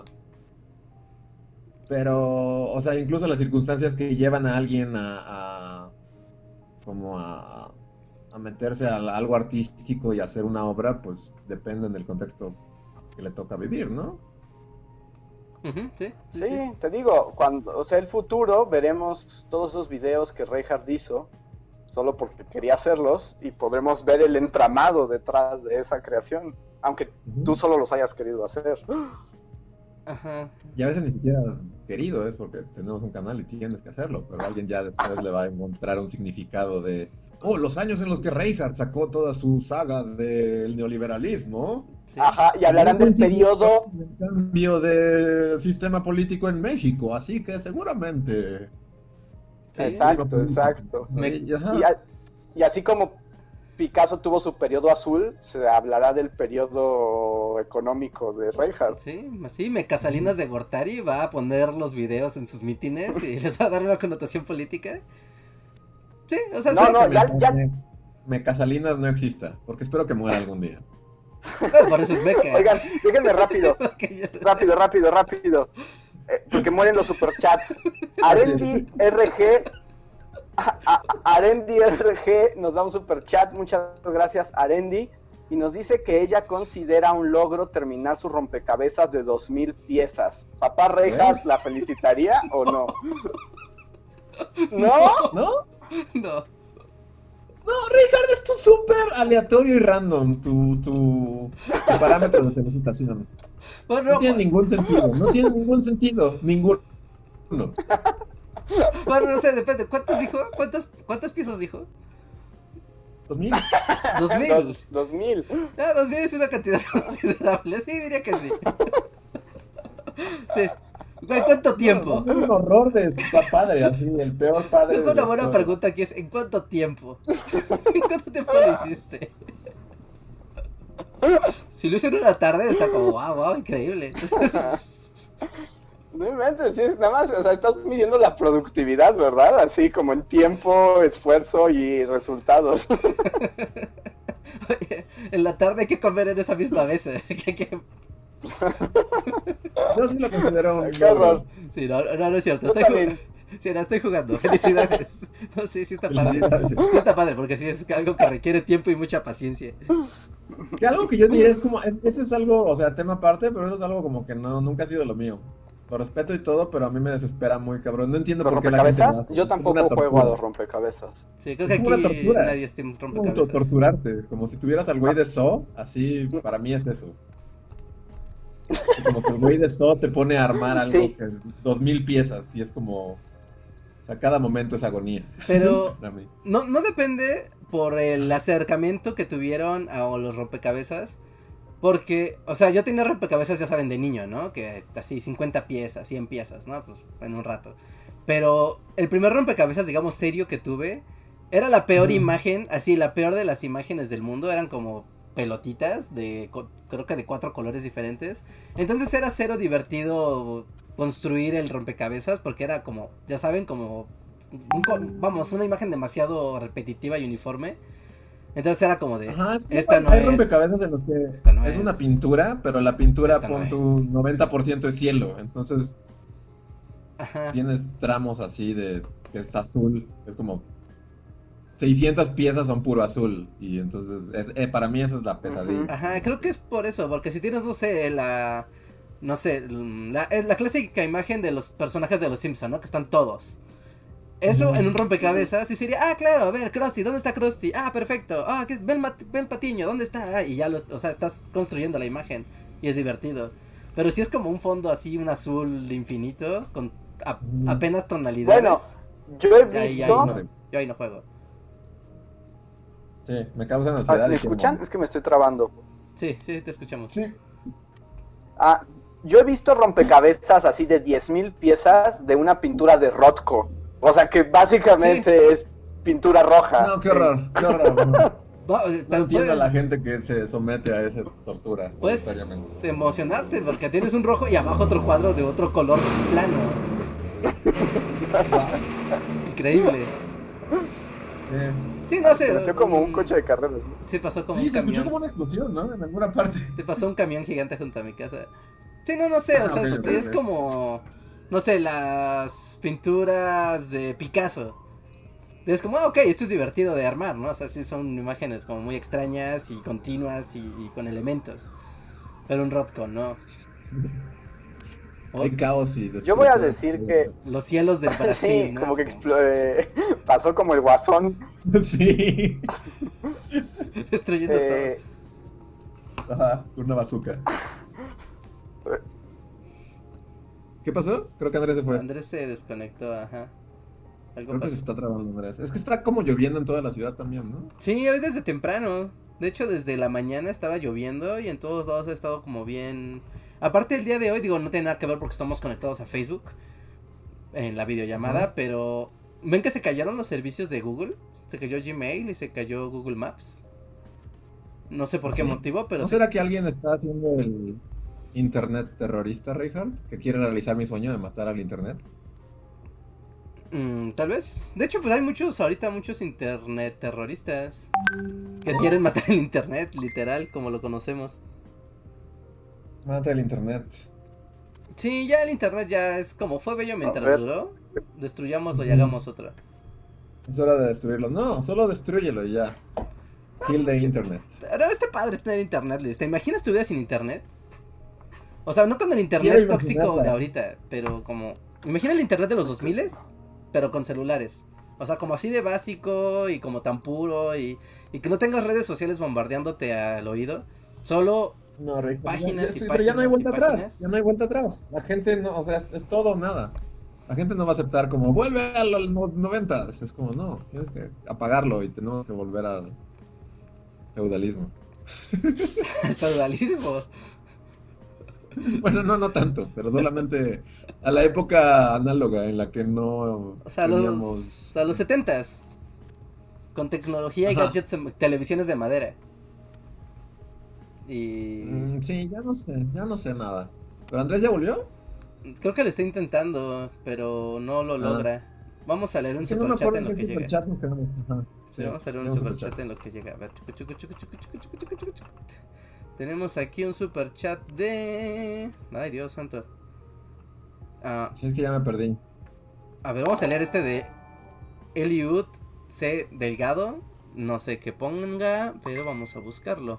Pero, o sea, incluso las circunstancias que llevan a alguien a, a como a, a meterse a la- algo artístico y hacer una obra, pues dependen del contexto que le toca vivir, ¿no? Ujú, sí, sí, Sí, sí. te digo, cuando, o sea, el futuro veremos todos esos videos que Reinhardt hizo solo porque quería hacerlos y podremos ver el entramado detrás de esa creación, aunque Ujú. tú solo los hayas querido hacer. Ajá. Y a veces ni siquiera querido, es porque tenemos un canal y tienes que hacerlo, pero alguien ya después le va a encontrar un significado de, oh, los años en los que Reinhardt sacó toda su saga del neoliberalismo. Sí. Ajá, y hablarán del periodo, El cambio del sistema político en México, así que seguramente... Sí. exacto, exacto. Me- Y, ajá. Y, a- y así como Picasso tuvo su periodo azul, se hablará del periodo económico de Reinhardt. Sí, sí, Mecasalinas de Gortari va a poner los videos en sus mítines y les va a dar una connotación política. Sí, o sea, No, sí. no, ya- ya- Me, me Casalinas no exista, porque espero que muera algún día. Bueno, por eso es meca. Oigan, déjenme rápido. Porque yo- Rápido, rápido, rápido. Eh, porque mueren los superchats. Arendi R G. a- a- Arendi R G nos da un superchat. Muchas gracias, Arendi. Y nos dice que ella considera un logro terminar su rompecabezas de dos mil piezas. ¿Papá Rejas la felicitaría o no? ¿No? ¿No? No. No, Richard, es tu súper aleatorio y random, tu, tu, tu parámetro de felicitación. Bueno, No tiene ningún sentido, no tiene ningún sentido, ninguno. bueno, no sé, depende. ¿Cuántas dijo? ¿Cuántas, cuántas piezas dijo? ¿Dos mil? Dos mil. Dos, dos mil. Ah, dos mil es una cantidad considerable. Sí, diría que sí. Sí. ¿En cuánto tiempo? No, no, es un horror de está padre, así, el peor padre. Es de una la buena historia. pregunta aquí es, ¿en cuánto tiempo? ¿En cuánto tiempo lo hiciste? Si lo hice en una tarde, está como, wow, wow, increíble. No inventes, sí, es nada más, o sea, estás midiendo la productividad, ¿verdad? Así como en tiempo, esfuerzo y resultados. Oye, en la tarde hay que comer en esa misma vez. ¿eh? Que- que- Yo sí lo considero un Qué horror. logro. Sí, no, no, no es cierto. Yo Estoy también. jugando. Sí, no, estoy jugando. Felicidades. No, sí, sí está padre. Felicidades. Sí está padre, porque sí es algo que requiere tiempo y mucha paciencia. Que algo que yo diría es como, es- eso es algo, o sea, tema aparte, pero eso es algo como que no, nunca ha sido lo mío. Lo respeto y todo, pero a mí me desespera muy cabrón. No entiendo ¿Los por qué la gente lo rompecabezas? hace. Yo Es tampoco una juego a tortura. los rompecabezas. Sí, creo que Es como una aquí tortura. nadie es team Es como rompecabezas. torturarte, como si tuvieras al güey de Saw, así, para mí es eso. Y como que el güey de Saw te pone a armar algo Sí. que es dos mil piezas, y es como, o sea, cada momento es agonía. Pero Para mí. no, no depende por el acercamiento que tuvieron a los rompecabezas. Porque, o sea, yo tenía rompecabezas, ya saben, de niño, ¿no? Que así, cincuenta piezas, cien piezas, ¿no? Pues en un rato. Pero el primer rompecabezas, digamos, serio que tuve, era la peor Ujú. imagen, así, la peor de las imágenes del mundo. Eran como pelotitas, de co- creo que de cuatro colores diferentes. Entonces era cero divertido construir el rompecabezas, porque era como, ya saben, como, un co- vamos, una imagen demasiado repetitiva y uniforme. Entonces era como de, Ajá, es que esta hay, no hay es- rompecabezas en los que esta no es es. una pintura, pero la pintura, Esta no pon es. tu noventa por ciento es cielo, entonces ajá. tienes tramos así de que es azul, es como seiscientas piezas son puro azul, y entonces, es, eh, para mí esa es la pesadilla. Ajá, creo que es por eso, porque si tienes, no sé, la... No sé, la, es la clásica imagen de los personajes de los Simpson, ¿no? Que están todos. Eso Ujú. en un rompecabezas sí sería, ah, claro, a ver, Krusty, ¿dónde está Krusty? Ah, perfecto. Ah, ¿qué es? Ven, Mat- ven Patiño, ¿dónde está? Ah, y ya, los, o sea, estás construyendo la imagen y es divertido. Pero si es como un fondo así, un azul infinito, con a- Ujú. apenas tonalidades. Bueno, yo he ya ahí, ya visto... ahí no, yo ahí no juego. Sí, me causan Ah, ansiedad. ¿me y quiero escuchan? morir. Es que me estoy trabando. Sí, sí, te escuchamos. Sí. Ah, yo he visto rompecabezas así de diez mil piezas de una pintura de Rothko. O sea que básicamente es pintura roja. No, qué horror, qué horror. No, Va, eh, no pero entiendo puedes- a la gente que se somete a esa tortura Puedes voluntariamente. emocionarte porque tienes un rojo y abajo otro cuadro de otro color plano. Wow. Increíble. Sí. Sí, no sé. Se metió como un coche de carreras, ¿no? Sí, pasó como Sí, un se escuchó camión. como una explosión, ¿no? En alguna parte. Se pasó un camión gigante junto a mi casa. Sí, no, no sé, o Ah, sea, ok, sí, ok, es ok. como, no sé, las pinturas de Picasso. Es como, ah, ok, esto es divertido de armar, ¿no? O sea, sí son imágenes como muy extrañas y continuas y, y con elementos. Pero un Rothko, ¿no? O Hay caos y Yo voy a destrucción. decir que... los cielos del Brasil, Sí, ¿no? como que Es explo- eh, pasó como el guasón. Sí. destruyendo eh, Ajá, con una bazooka. ¿Qué pasó? Creo que Andrés se todo. fue. Andrés se desconectó, ajá. Algo Creo que se pasó. está trabando Andrés. Es que está como lloviendo en toda la ciudad también, ¿no? Sí, hoy desde temprano. De hecho, desde la mañana estaba lloviendo y en todos lados ha estado como bien... Aparte el día de hoy, digo, no tiene nada que ver porque estamos conectados a Facebook en la videollamada, Ajá. pero ¿ven que se cayeron los servicios de Google? Se cayó Gmail y se cayó Google Maps. No sé por qué ¿Sí? motivo, pero ¿No sí. será que alguien está haciendo el internet terrorista, Reinhardt? Que quiere realizar mi sueño de matar al internet. Mm, tal vez. De hecho, pues hay muchos, ahorita muchos internet terroristas que quieren matar el internet, literal, como lo conocemos. Mata el internet. Sí, ya el internet ya es como fue bello mientras ver. duró. Destruyámoslo y hagamos otro. Es hora de destruirlo. No, solo destrúyelo y ya. Kill the internet. Pero está padre tener internet, Luis. ¿Te imaginas tu vida sin internet? O sea, no con el Quiero internet tóxico imaginarla. de ahorita, pero como... Imagina el internet de los dos miles, pero con celulares. O sea, como así de básico y como tan puro y, y que no tengas redes sociales bombardeándote al oído. Solo... No, Rey, Páginas ya- y sí, pero ya no hay páginas vuelta y atrás. páginas. Ya no hay vuelta atrás. La gente no, o sea, es, es todo o nada. La gente no va a aceptar como vuelve a los no- noventas. Es como no, tienes que apagarlo y tenemos que volver al feudalismo. feudalismo. Bueno, no, no tanto, pero solamente a la época análoga en la que no O sea, teníamos... los, a los setentas. Con tecnología y Ajá. gadgets, de- televisiones de madera. Y... Mm, sí, ya no sé, ya no sé nada. ¿Pero Andrés ya volvió? Creo que lo está intentando, pero no lo Ah. logra. Vamos a leer un Es que no me superchat acuerdo en lo en que qué llega. superchat nos quedamos. Ajá, Sí, vamos a leer un tenemos superchat en lo que llega. A ver, chucu, chucu, chucu, chucu, chucu, chucu, chucu, chucu, chucu. Tenemos aquí un superchat de... Ay, Dios santo. Ah, Sí, es que ya me perdí. a ver, vamos a leer este de Eliud C. Delgado. No sé qué ponga, pero vamos a buscarlo.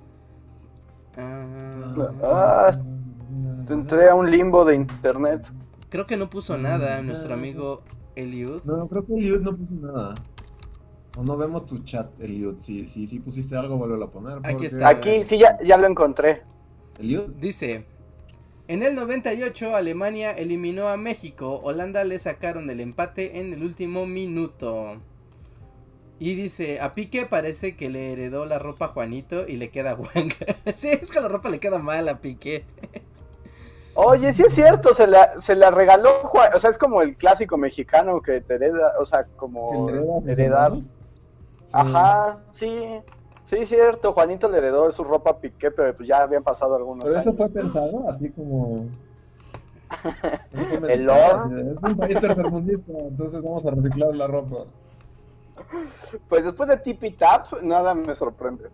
Ah, Ah, Entré a un limbo de internet. creo que no puso nada nuestro amigo Eliud. No, creo que Eliud no puso nada. O no vemos tu chat, Eliud. Si, si, si pusiste algo, vuelve a poner. Aquí porque- está. Aquí sí ya, ya lo encontré. Eliud. Dice, en el noventa y ocho Alemania eliminó a México, Holanda le sacaron el empate en el último minuto. Y dice, a Piqué parece que le heredó la ropa a Juanito y le queda guanga. Sí, es que la ropa le queda mal a Piqué. Oye, sí es cierto, se la, se la regaló Juan, o sea, es como el clásico mexicano que te hereda, o sea, como ¿Que le hereda a sus heredar. hermanos? Sí. Ajá, sí, sí es cierto, Juanito le heredó su ropa a Piqué, pero pues ya habían pasado algunos Pero eso años. fue pensado así como... Eso fue El meditado, oro. así de, es un país tercermundista, entonces vamos a reciclar la ropa. Pues después de Tipi Tap, nada me sorprende.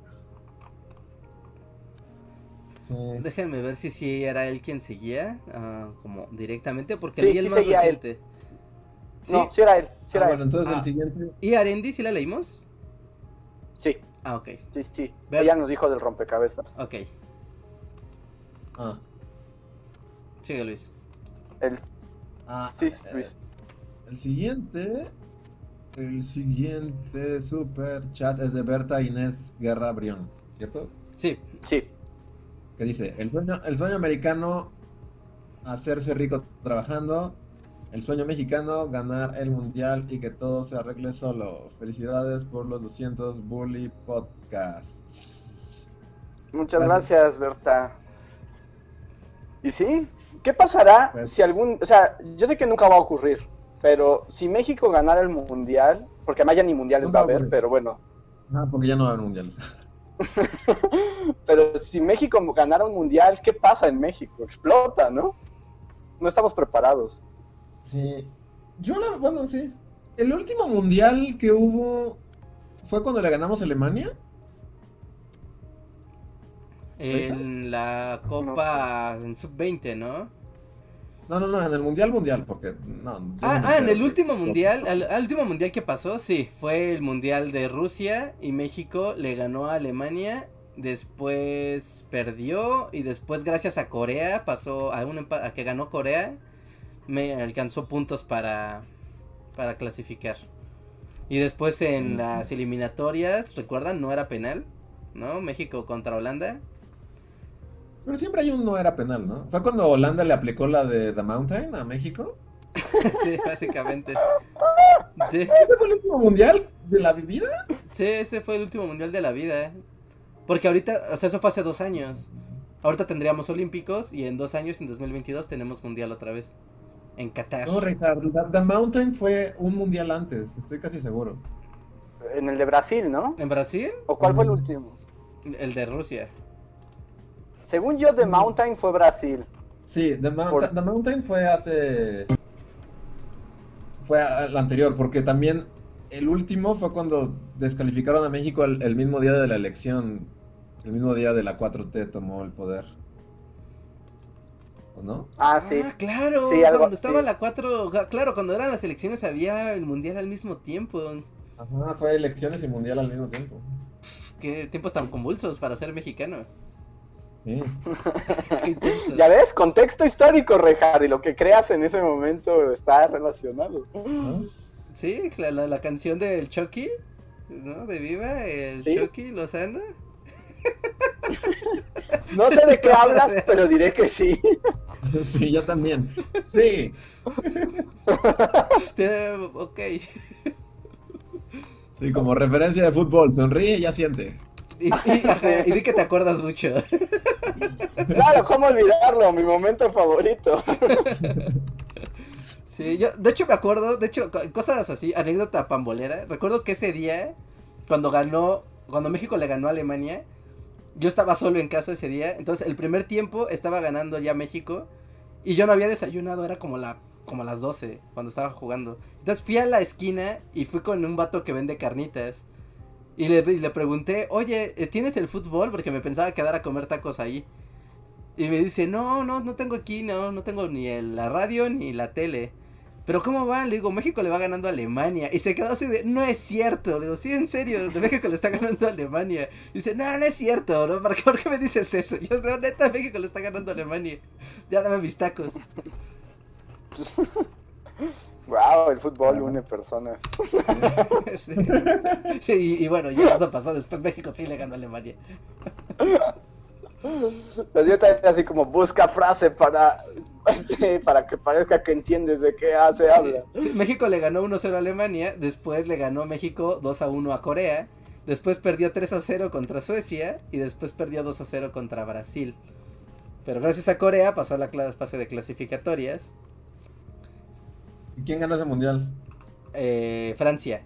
Sí. Déjenme ver si sí era él quien seguía, ah, como directamente, porque Sí, leí el sí más seguía él. reciente. ¿Sí? No, sí era él, sí Ah, era bueno, él. entonces Ah. el siguiente... ¿Y Arendi sí la leímos? Sí, Ah, ok, sí, sí. Ver- Ella nos dijo del rompecabezas. ok. Ah, Sigue, Luis. El, ah, sí, eh, Luis. el siguiente... El siguiente super chat es de Berta Inés Guerra Briones, ¿cierto? Sí, Sí. Que dice, el sueño, el sueño americano, hacerse rico trabajando, el sueño mexicano, ganar el mundial y que todo se arregle solo. Felicidades por los doscientos Bully Podcasts. Muchas Gracias. gracias, Berta. ¿Y sí? ¿Qué pasará Pues- si algún... O sea, yo sé que nunca va a ocurrir, pero si México ganara el mundial, porque además ya ni mundiales Nunca va a va a haber, ocurrir. pero bueno. Ah, porque ya no va a haber mundiales. Pero si México ganara un mundial, ¿qué pasa en México? Explota, ¿no? No estamos preparados. Sí. Yo la, bueno, sí. El último mundial que hubo fue cuando le ganamos a Alemania. en la Copa en sub veinte, ¿no? No, no, no, en el mundial mundial, porque no. yo Ah, no me ah, en entero el de- último mundial, al, al último mundial que pasó, sí, fue el mundial de Rusia y México le ganó a Alemania, después perdió y después gracias a Corea pasó a un empa- a que ganó Corea, me alcanzó puntos para para clasificar. Y después en las eliminatorias, ¿recuerdan? No era penal, ¿no? México contra Holanda. Pero siempre hay un no era penal, ¿no? Fue cuando Holanda le aplicó la de The Mountain a México. Sí, básicamente. Sí. ¿Este fue el último mundial de la vida? Sí, ese fue el último mundial de la vida, ¿eh? Porque ahorita, o sea, eso fue hace dos años. Ahorita tendríamos olímpicos y en dos años, en dos mil veintidós, tenemos mundial otra vez. En Qatar. No, Richard, The, The Mountain fue un mundial antes, estoy casi seguro. En el de Brasil, ¿no? ¿En Brasil? ¿O cuál fue el Mm. último? El de Rusia. Según yo, The Mountain fue Brasil. Sí, The, Mount- Por- The Mountain fue hace... fue al anterior, porque también el último fue cuando descalificaron a México el, el mismo día de la elección, el mismo día de la cuatro T tomó el poder. ¿O no? Ah, sí. Ah, claro, Sí, algo- cuando estaba sí. la cuatro, ja, claro, cuando eran las elecciones había el mundial al mismo tiempo. Ajá, fue elecciones y mundial al mismo tiempo. Qué tiempos tan convulsos para ser mexicano. Sí. Qué intenso. Ya ves, contexto histórico, Rejar, y lo que creas en ese momento está relacionado. ¿No? Sí, la, la, la canción del Chucky, ¿no? De Viva, el Sí. Chucky Lozano. No sé de qué hablas, pero diré que sí. Sí, yo también. Sí. Te- Ok. Sí, como referencia de fútbol, sonríe y ya siente. Y, y, ajá, y di que te acuerdas mucho. Claro, ¿cómo olvidarlo? Mi momento favorito. Sí, yo, de hecho me acuerdo, de hecho, co- cosas así, anécdota pambolera. Recuerdo que ese día, cuando ganó, cuando México le ganó a Alemania, yo estaba solo en casa ese día. Entonces, el primer tiempo estaba ganando ya México. Y yo no había desayunado, era como la como las doce cuando estaba jugando. Entonces fui a la esquina y fui con un vato que vende carnitas. Y le, y le pregunté, oye, ¿tienes el fútbol? Porque me pensaba quedar a comer tacos ahí. Y me dice, no, no, no tengo aquí, no, no tengo ni el- la radio ni la tele. Pero ¿cómo va? Le digo, México le va ganando a Alemania. Y se quedó así de, no es cierto. Le digo, sí, en serio, de México le está ganando a Alemania. Y dice, no, no es cierto, ¿no? ¿Por qué, por qué me dices eso? Yo, no, neta, México le está ganando a Alemania. Ya dame mis tacos. Wow, el fútbol une personas. Sí, sí, y, y bueno, ya eso pasó. Después México sí le ganó a Alemania. Pues yo también así como busca frase para, sí, para que parezca que entiendes de qué hace Sí, habla. sí, México le ganó uno cero a Alemania. Después le ganó México dos a uno a Corea. Después perdió tres a cero contra Suecia. Y después perdió dos a cero contra Brasil. Pero gracias a Corea pasó a la cla- fase de clasificatorias. ¿Y quién ganó ese mundial? Eh, Francia.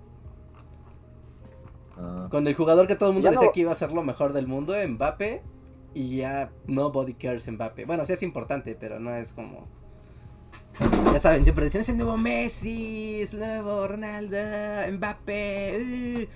Ah. Con el jugador que todo el mundo Ya decía no- que iba a ser lo mejor del mundo, Mbappé. Y ya nobody cares Mbappé. Bueno, sí es importante, pero no es como... Ya saben, siempre dicen, es el nuevo Messi, es el nuevo Ronaldo, Mbappé. uh".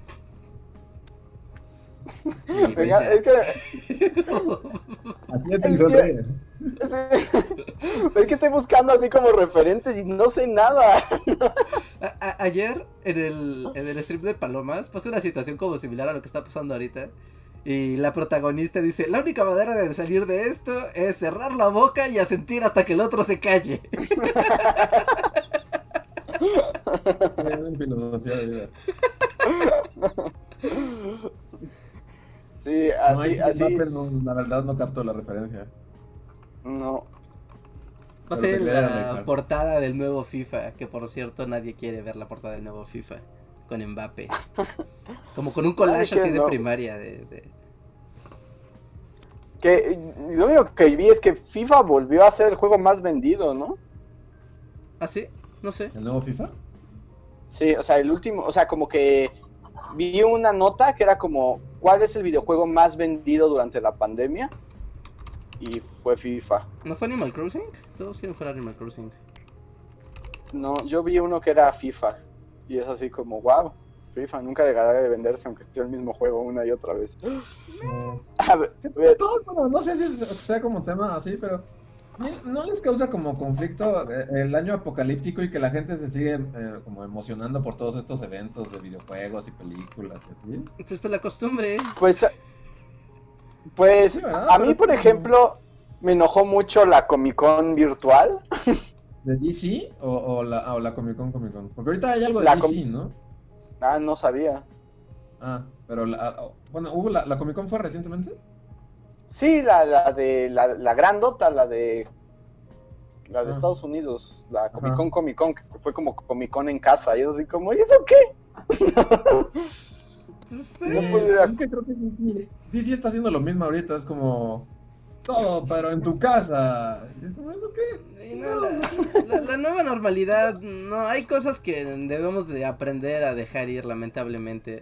Y pues Venga, ya. es que, Así es, Es sonríe. sí, es que estoy buscando así como referentes y no sé nada. A- a- ayer en el, en el stream de Palomas pasó una situación como similar a lo que está pasando ahorita. Y la protagonista dice, la única manera de salir de esto es cerrar la boca y asentir hasta que el otro se calle. Es filosofía de vida. Sí, No, así, ahí sí así. Mbappé no, la verdad no captó la referencia. No. Va a Pero ser te creas, la Ricardo. portada del nuevo FIFA, que por cierto nadie quiere ver la portada del nuevo FIFA con Mbappé. Como con un collage Nadie quiere, así de no. primaria. De, de- Que lo único que vi es que FIFA volvió a ser el juego más vendido, ¿no? ¿Ah, sí? No sé. ¿El nuevo FIFA? Sí, o sea, el último, o sea, como que vi una nota que era como, ¿cuál es el videojuego más vendido durante la pandemia? Y fue FIFA. ¿No fue Animal Crossing? Todos quieren jugar Animal Crossing. No, yo vi uno que era FIFA. Y es así como, wow, FIFA nunca dejará de venderse aunque esté el mismo juego una y otra vez. No. A ver, a ver, Todos, bueno, no sé si sea como tema así, pero ¿no les causa como conflicto eh, el año apocalíptico y que la gente se sigue eh, como emocionando por todos estos eventos de videojuegos y películas y así? Pues por la costumbre. pues, pues, Sí, ¿verdad? a Pero mí, es por como- ejemplo, me enojó mucho la Comic Con virtual. ¿De D C o, o, la, o la Comic Con Comic Con? Porque ahorita hay algo de La D C, com- ¿no? Ah, no sabía. Ah, pero la, ah, bueno, ¿hubo la, la Comic Con fue recientemente? Sí, la, la de la, la grandota, la de la de Ah. Estados Unidos, la Comic Ajá. Con Comic Con, que fue como Comic Con en casa, y es así como, ¿y eso qué? No puedo ir a- es que creo que D C, D C está haciendo lo mismo ahorita, es como todo, pero en tu casa. Y es como, ¿eso qué? Y no, la, la- la nueva normalidad, no, hay cosas que debemos de aprender a dejar ir, lamentablemente.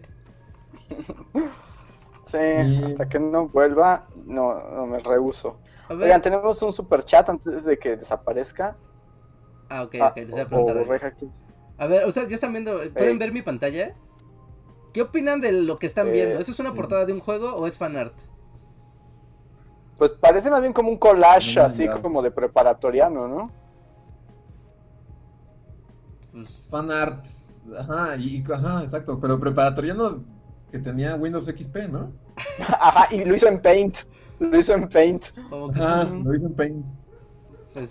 Sí, Sí. hasta que no vuelva, no, no me rehúso. A ver, Oigan, tenemos un super chat antes de que desaparezca. Ah, ok, Ah, ok, les voy a o- preguntar. o algo. Reja aquí. A ver, ustedes ya están viendo, ¿pueden Ey. ver mi pantalla? ¿Qué opinan de lo que están Eh, viendo? ¿Eso es una sí. portada de un juego o es fanart? Pues parece más bien como un collage, No, así no. como de preparatoriano, ¿no? Pues, Fan art. Ajá, y, ajá, exacto. Pero preparatoriano que tenía Windows X P, ¿no? Ajá, y lo hizo en Paint. Lo hizo en Paint. como que... Ajá, lo hizo en Paint. Pues...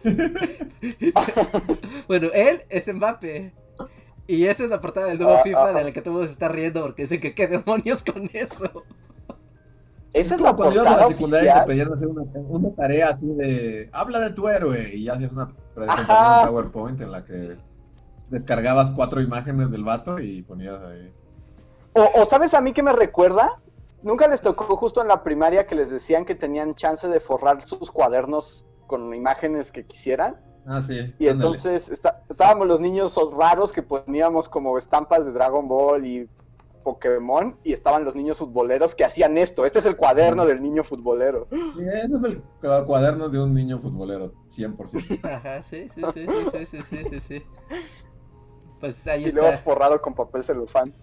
bueno, él es Mbappé. Y esa es la portada del nuevo Ah, FIFA ah, de la que todo el mundo se está riendo porque dicen que qué demonios con eso. Esa es como la cuando ibas a portada la secundaria y te oficial. pedían hacer una, una tarea así de habla de tu héroe y ya hacías una presentación Ajá. en PowerPoint en la que descargabas cuatro imágenes del vato y ponías ahí. O, o ¿sabes a mí qué me recuerda? Nunca les tocó justo en la primaria que les decían que tenían chance de forrar sus cuadernos con imágenes que quisieran. Ah, sí. Y ándale. entonces está- estábamos los niños raros que poníamos como estampas de Dragon Ball y Pokémon, y estaban los niños futboleros que hacían esto. Este es el cuaderno del niño futbolero. Sí, ese es el cu- cuaderno de un niño futbolero, cien por ciento. Ajá, sí, sí, sí, sí, sí, sí, sí, sí. Pues ahí Y luego está. forrado con papel celofán.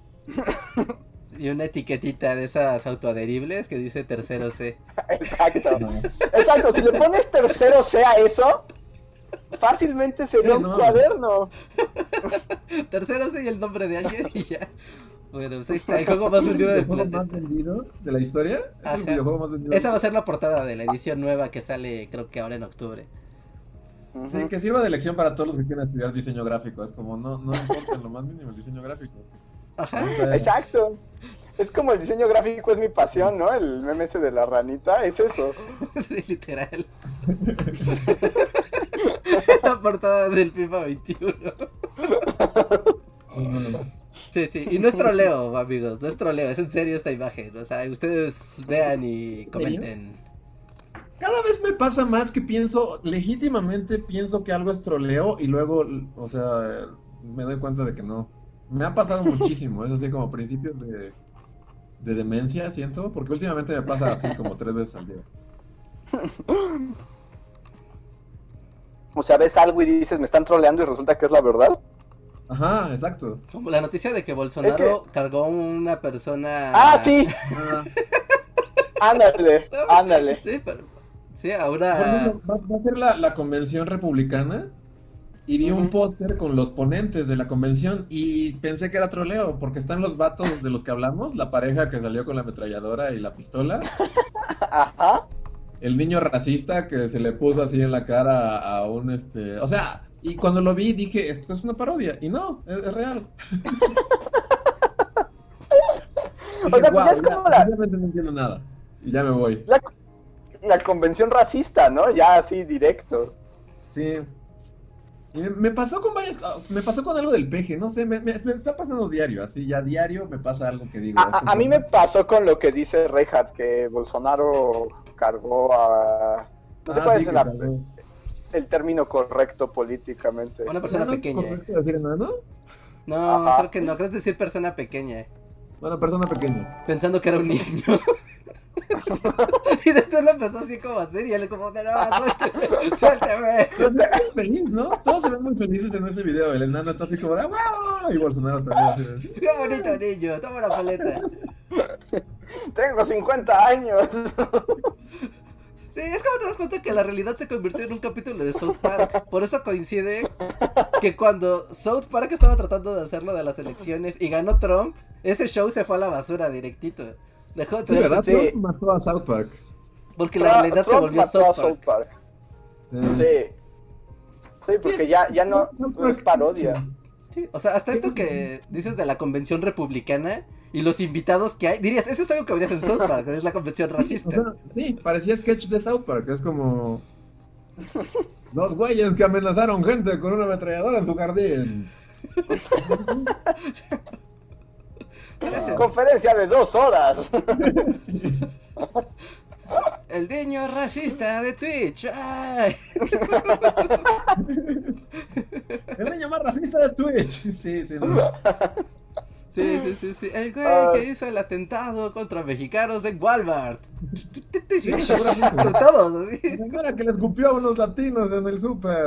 Y una etiquetita de esas autoadheribles que dice tercero C. Exacto. No. Exacto, si le pones tercero C a eso, fácilmente sería Sí, un no. cuaderno. Tercero C y el nombre de alguien y ya. Bueno, pues ahí está, el juego más vendido ¿El del videojuego planeta. más vendido de la historia? ¿Es Ajá. el videojuego más vendido? Esa va a ser la portada de la edición nueva que sale creo que ahora en octubre. Sí, Ujú. que sirva de lección para todos los que quieren estudiar diseño gráfico. Es como, no, no importa en lo más mínimo el diseño gráfico. Ajá. Exacto. Es como el diseño gráfico es mi pasión, ¿no? El meme ese de la ranita, es eso. Sí, literal. La portada del FIFA veintiuno. Sí, sí, y no es troleo, amigos, no es troleo, es en serio esta imagen. O sea, ustedes vean y comenten. Cada vez me pasa más que pienso, legítimamente pienso que algo es troleo y luego, o sea, me doy cuenta de que no. Me ha pasado muchísimo, es así como principios de, de demencia, siento, porque últimamente me pasa así como tres veces al día. O sea, ves algo y dices, me están troleando y resulta que es la verdad. Ajá, exacto. Como la noticia de que Bolsonaro cargó a una persona... Ah, sí, Ah, ándale, ándale. Sí, pero... Sí, por ahora... ejemplo, va, va a ser la, la convención republicana y vi un Ujú. póster con los ponentes de la convención y pensé que era troleo, porque están los vatos de los que hablamos, la pareja que salió con la ametralladora y la pistola, Ajá. el niño racista que se le puso así en la cara a, a un este, o sea, y cuando lo vi dije, esto es una parodia, y no, es, es real. Dije, Oiga, pues ya "Guau, es como la- realmente no entiendo nada, y ya me voy. La, la convención racista, ¿no? Ya así directo. Sí. Y me, me pasó con varias cosas, me pasó con algo del peje, no sé, me, me- me está pasando diario, así ya diario me pasa algo que digo. A, esto a- es a mí me normal. pasó con lo que dice Reinhardt, que Bolsonaro cargó a... No sé Ah, cuál sí, es que la- cargó. el término correcto políticamente. Una persona ¿No es pequeña. correcto decir enano? No, Ajá. creo que no, creo que es decir persona pequeña. Bueno, persona pequeña. Pensando que era un niño. Y después lo empezó así como a hacer y él como, no, suéltame, suéltame. Pero se ve feliz, ¿no? Todos se ven muy felices en ese video. El enano está así como de ¡wow! Y Bolsonaro también así de... Qué bonito niño, toma una paleta. Tengo cincuenta años. Sí, es como te das cuenta que la realidad se convirtió en un capítulo de South Park. Por eso coincide que cuando South Park estaba tratando de hacerlo de las elecciones y ganó Trump, ese show se fue a la basura directito. Dejó de Sí, tener ¿verdad? sentido, Sí. Trump mató a South Park. porque la realidad se Trump volvió mató a South Park. Eh, Sí. Sí, porque ya, ya no, South no es Park, parodia. sí. Sí, o sea, hasta Sí, esto sí. que dices de la convención republicana y los invitados que hay, dirías, eso es algo que habrías en South Park, es la convención racista. O sea, sí, parecía sketch de South Park. Es como... Los güeyes que amenazaron gente con una ametralladora en su jardín. Parece- Conferencia de dos horas. El niño racista de Twitch. ¡Ay! El niño más racista de Twitch. Sí, sí, no. Sí, sí, sí, sí. El güey Ah. que hizo el atentado contra mexicanos en Walmart. seguramente. Todos, así. La señora que le escupió a unos latinos en el súper.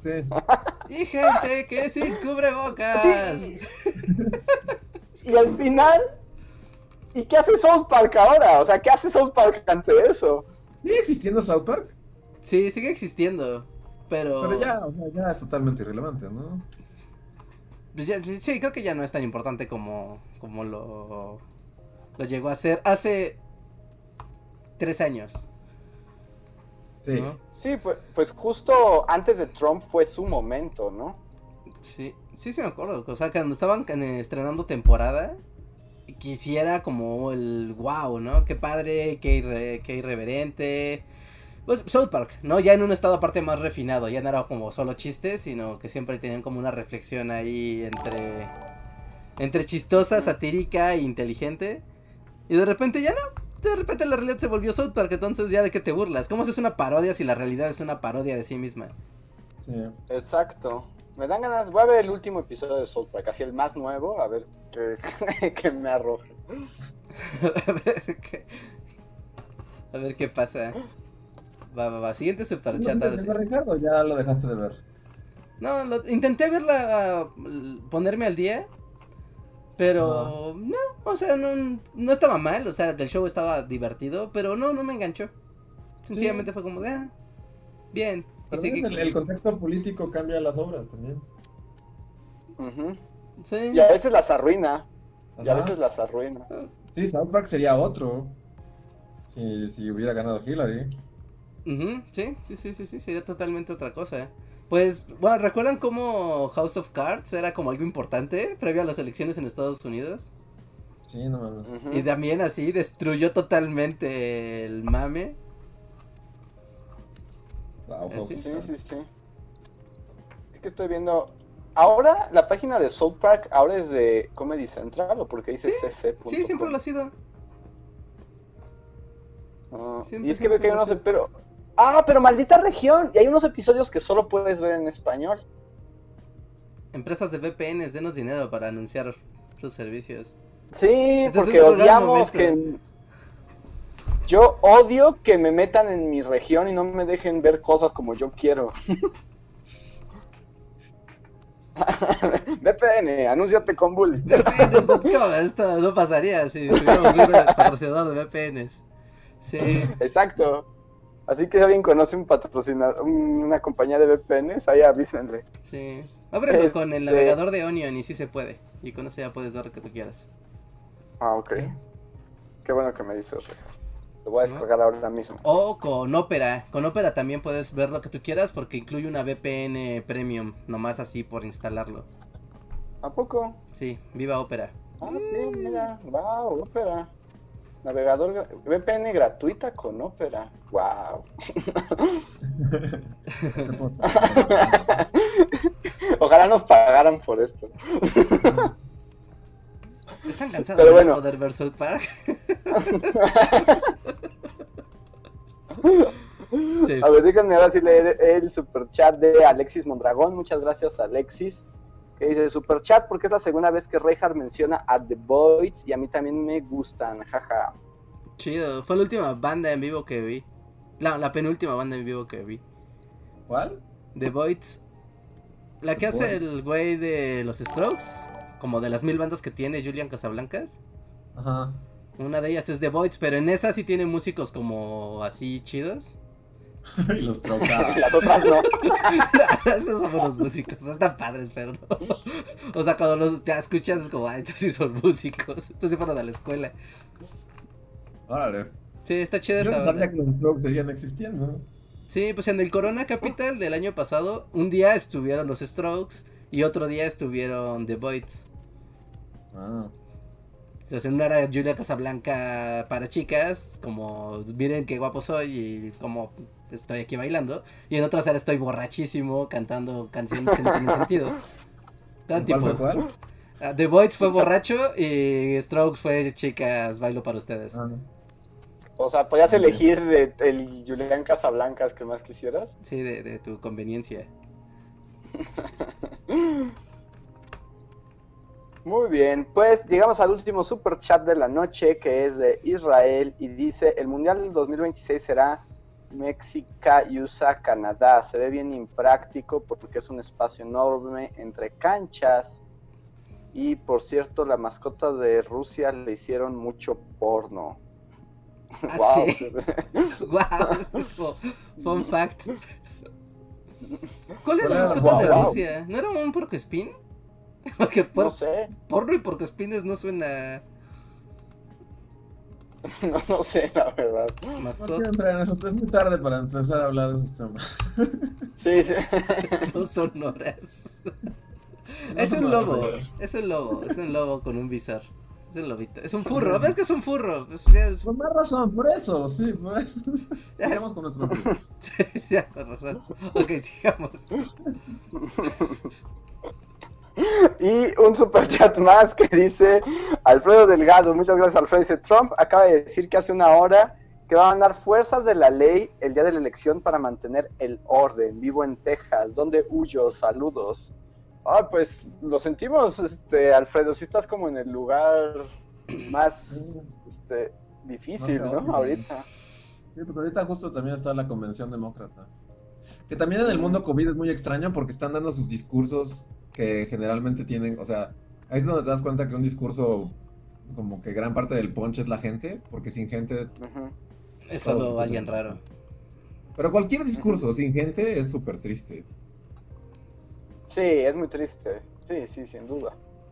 Sí. Y gente que sin cubrebocas. Sí. Y al final, ¿y qué hace South Park ahora? O sea, ¿qué hace South Park ante eso? ¿Sigue existiendo South Park? Sí, sigue existiendo, pero... Pero ya, o sea, ya es totalmente irrelevante, ¿no? Pues ya- sí, creo que ya no es tan importante como, como lo, lo llegó a ser hace tres años. Sí. ¿No? Sí, pues, pues justo antes de Trump fue su momento, ¿no? Sí, sí, sí me acuerdo. O sea, cuando estaban eh, estrenando temporada, quisiera como el wow, ¿no? Qué padre, qué, irre- qué irreverente. Pues South Park, ¿no? Ya en un estado aparte más refinado, ya no era como solo chistes, sino que siempre tenían como una reflexión ahí entre, entre chistosa, satírica e inteligente. Y de repente ya no. De repente la realidad se volvió South Park, entonces ya de qué te burlas. ¿Cómo haces una parodia si la realidad es una parodia de sí misma? Sí. Exacto. Me dan ganas, voy a ver el último episodio de South Park, así el más nuevo, a ver qué, qué me arroja. a ver qué... A ver qué pasa. Va, va, va. Siguiente ¿No superchat. ahora sí. de Ricardo? Ya lo dejaste de ver. No, lo- intenté verla, uh, ponerme al día. Pero no, o sea, no, no estaba mal, o sea, el show estaba divertido, pero no, no me enganchó. Sencillamente fue como de, ah, bien. Y Pero seguí ves, el, con- el contexto político cambia las obras también. Ujú. Sí. Y a veces las arruina, y a Ajá. veces las arruina. Sí, South Park sería otro. Si, si hubiera ganado Hillary. Ujú, sí, sí, sí, sí, sí, sería totalmente otra cosa. Pues, bueno, ¿recuerdan cómo House of Cards era como algo importante previo a las elecciones en Estados Unidos? Sí, no mames. Ujú. Y también así destruyó totalmente el mame. Wow, ¿Ah, sí? Sí, sí, sí. Es que estoy viendo. Ahora la página de South Park ahora es de Comedy Central o porque dice c c punto com. Sí, siempre lo ha sido. Ah, siempre, y es que veo que hay siempre lo unos, sé. pero ah, pero maldita región. Y hay unos episodios que solo puedes ver en español. Empresas de V P Ns, denos dinero para anunciar sus servicios. Sí, Este es porque un gran odiamos momento. que yo odio que me metan en mi región y no me dejen ver cosas como yo quiero. V P N, anúnciate con Bully. V P Ns punto com, esto no pasaría si tuviéramos un patrocinador de V P Ns. Sí. Exacto. Así que si alguien conoce un patrocinador, un- una compañía de V P Ns, ahí avísenle. Sí. Ábrelo Este- con el navegador de Onion y sí se puede. Y con eso ya puedes ver lo que tú quieras. Ah, ok. Qué bueno que me dices, Reja. Lo voy a descargar ahora mismo. O con Opera. Con Opera también puedes ver lo que tú quieras porque incluye una V P N Premium. Nomás así por instalarlo. ¿A poco? Sí, viva Opera. Ah, sí, mira. Wow, Opera. Navegador gra- V P N gratuita con Opera. Wow. Ojalá nos pagaran por esto. ¿Están cansados Pero de bueno. no poder ver South Park? Sí. A ver, déjenme ahora sí leer el superchat de Alexis Mondragón. Muchas gracias, Alexis. Que dice superchat porque es la segunda vez que Reinhardt menciona a The Voids y a mí también me gustan, jaja. Chido, fue la última banda en vivo que vi. La, la penúltima banda en vivo que vi. ¿Cuál? The Voids. La que The hace Voids. el güey de los Strokes. Como de las mil bandas que tiene Julian Casablancas. Ajá. Una de ellas es The Voids, pero en esa sí tiene músicos como así chidos. Y los trocados. Las otras no. Esos son buenos músicos, están padres, pero no. O sea, cuando los ya escuchas es como, ay, estos sí son músicos. Estos sí fueron a la escuela. Órale. Sí, está chida Yo esa no banda. sabía que los Strokes seguían existiendo. Sí, pues en el Corona Capital del año pasado, un día estuvieron los Strokes y otro día estuvieron The Voids. Ah. O sea, en una era Julia Casablanca para chicas, como miren qué guapo soy y como estoy aquí bailando. Y en otras era estoy borrachísimo cantando canciones que no tienen sentido. Todo ¿Cuál tipo. fue cuál? Ah, The Voids fue borracho y Strokes fue chicas bailo para ustedes. Ah, O sea, podías elegir eh, el Julián Casablancas que más quisieras. Sí, de, de tu conveniencia. Muy bien, pues llegamos al último super chat de la noche que es de Israel y dice el Mundial del dos mil veintiséis será Mexica U S A, Canadá. Se ve bien impráctico porque es un espacio enorme entre canchas. Y por cierto, la mascota de Rusia le hicieron mucho porno. ¿Ah, Wow. sí? Wow, fun fact. ¿Cuál es la Wow. mascota de Wow. Rusia? ¿No era un porcoespín? Porque por, No sé, porno y porcoespines no suena no, no sé la verdad. No quiero mascota. entrar en eso, es muy tarde para empezar a hablar de esos temas. Sí, sí. No sonoras. No Es son un malas, lobo, señores. es un lobo, es un lobo con un visor. Es un lobito, es un furro, ¿ves que es un furro? Pues ya es- Con más razón, por eso, sí, por eso. ya es- Sigamos con nuestro tema. Sí, ya, con razón. Ok, sigamos. Y un superchat más que dice Alfredo Delgado, muchas gracias Alfredo, dice Trump acaba de decir que hace una hora que va a mandar fuerzas de la ley el día de la elección para mantener el orden. Vivo en Texas, donde huyo, saludos. Ah, pues lo sentimos, este Alfredo, si estás como en el lugar más este, difícil, Más ¿no? caótico. Ahorita. Sí, porque ahorita justo también está la convención demócrata. Que también en el mundo COVID es muy extraño porque están dando sus discursos que generalmente tienen, o sea, ahí es donde te das cuenta que un discurso, como que gran parte del punch es la gente, porque sin gente, Ujú. Es Todos solo escuchan. alguien raro. pero cualquier discurso sin gente es súper triste. Sí, es muy triste. Sí, sí, sin duda.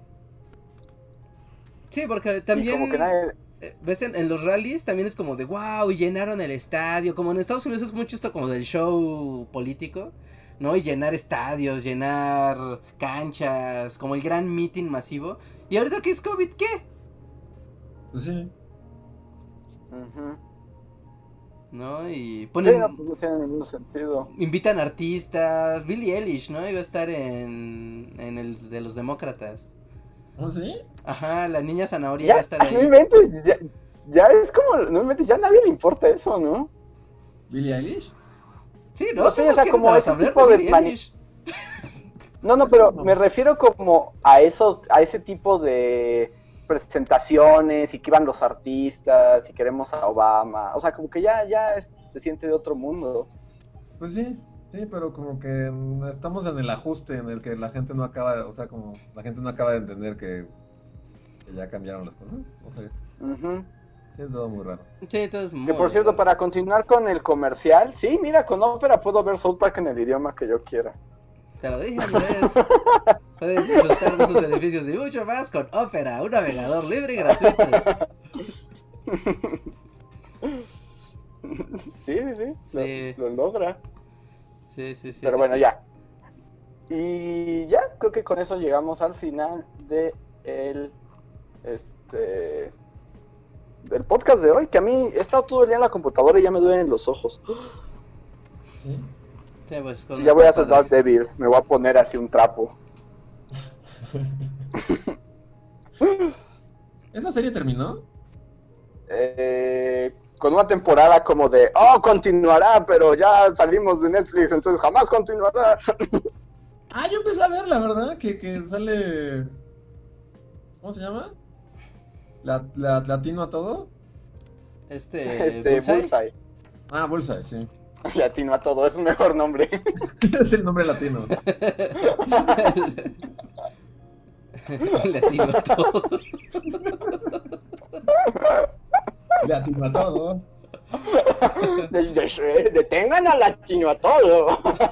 Sí, porque Y también como que nadie... eh, ves en, en los rallies también es como de wow, llenaron el estadio, como en Estados Unidos es mucho esto como del show político, ¿no? Y llenar estadios, llenar canchas, como el gran meeting masivo. Y ahorita que es COVID, ¿qué? Pues sí. Ujú. ¿No? Y Sí, ponen, no, pues no tiene ningún sentido. invitan artistas, Billie Eilish, ¿no? Iba a estar en, en el de los demócratas. ¿Oh, sí? Ajá, la niña zanahoria iba a Ya, estar no ahí. inventes, ya, ya es como, no inventes, ya a nadie le importa eso, ¿no? ¿Billie Eilish? Sí, ¿no? No sé, Todos o sea, quieren como ese hablar tipo de Billie mani- Eilish. No, no, pero No. me refiero como a esos, a ese tipo de presentaciones y que iban los artistas y queremos a Obama, o sea, como que ya, ya es- se siente de otro mundo. Pues sí, sí, pero como que mm, estamos en el ajuste en el que la gente no acaba, o sea, como la gente no acaba de entender que, que ya cambiaron las cosas. O sea, Ujú. es todo muy raro. Sí, entonces muy Que por cierto, raro. para continuar con el comercial, sí, mira, con Opera puedo ver South Park en el idioma que yo quiera. Te lo dije, Andrés. Puedes disfrutar de esos beneficios y mucho más con Opera, un navegador libre y gratuito. Sí, sí, sí, Sí. Lo, lo logra. Sí, sí, sí. Pero sí, bueno, sí. ya. Y ya, creo que con eso llegamos al final de el este del podcast de hoy, que a mí he estado todo el día en la computadora y ya me duelen los ojos. ¿Sí? Sí, pues, con Sí, ya voy a nuestra hacer Dark padre. Devil, me voy a poner así un trapo. ¿Esa serie terminó? Eh, con una temporada como de, oh, continuará, pero ya salimos de Netflix, entonces jamás continuará. Ah, yo empecé a ver, la verdad, que, que sale... ¿Cómo se llama? La, la- latino a todo. Este, Este, Bullseye. Bullseye. Ah, Bullseye, sí. Latino a todo, es un mejor nombre. Es el nombre latino. Latino todo. Latino a todo. De- de- detengan a Latino a todo.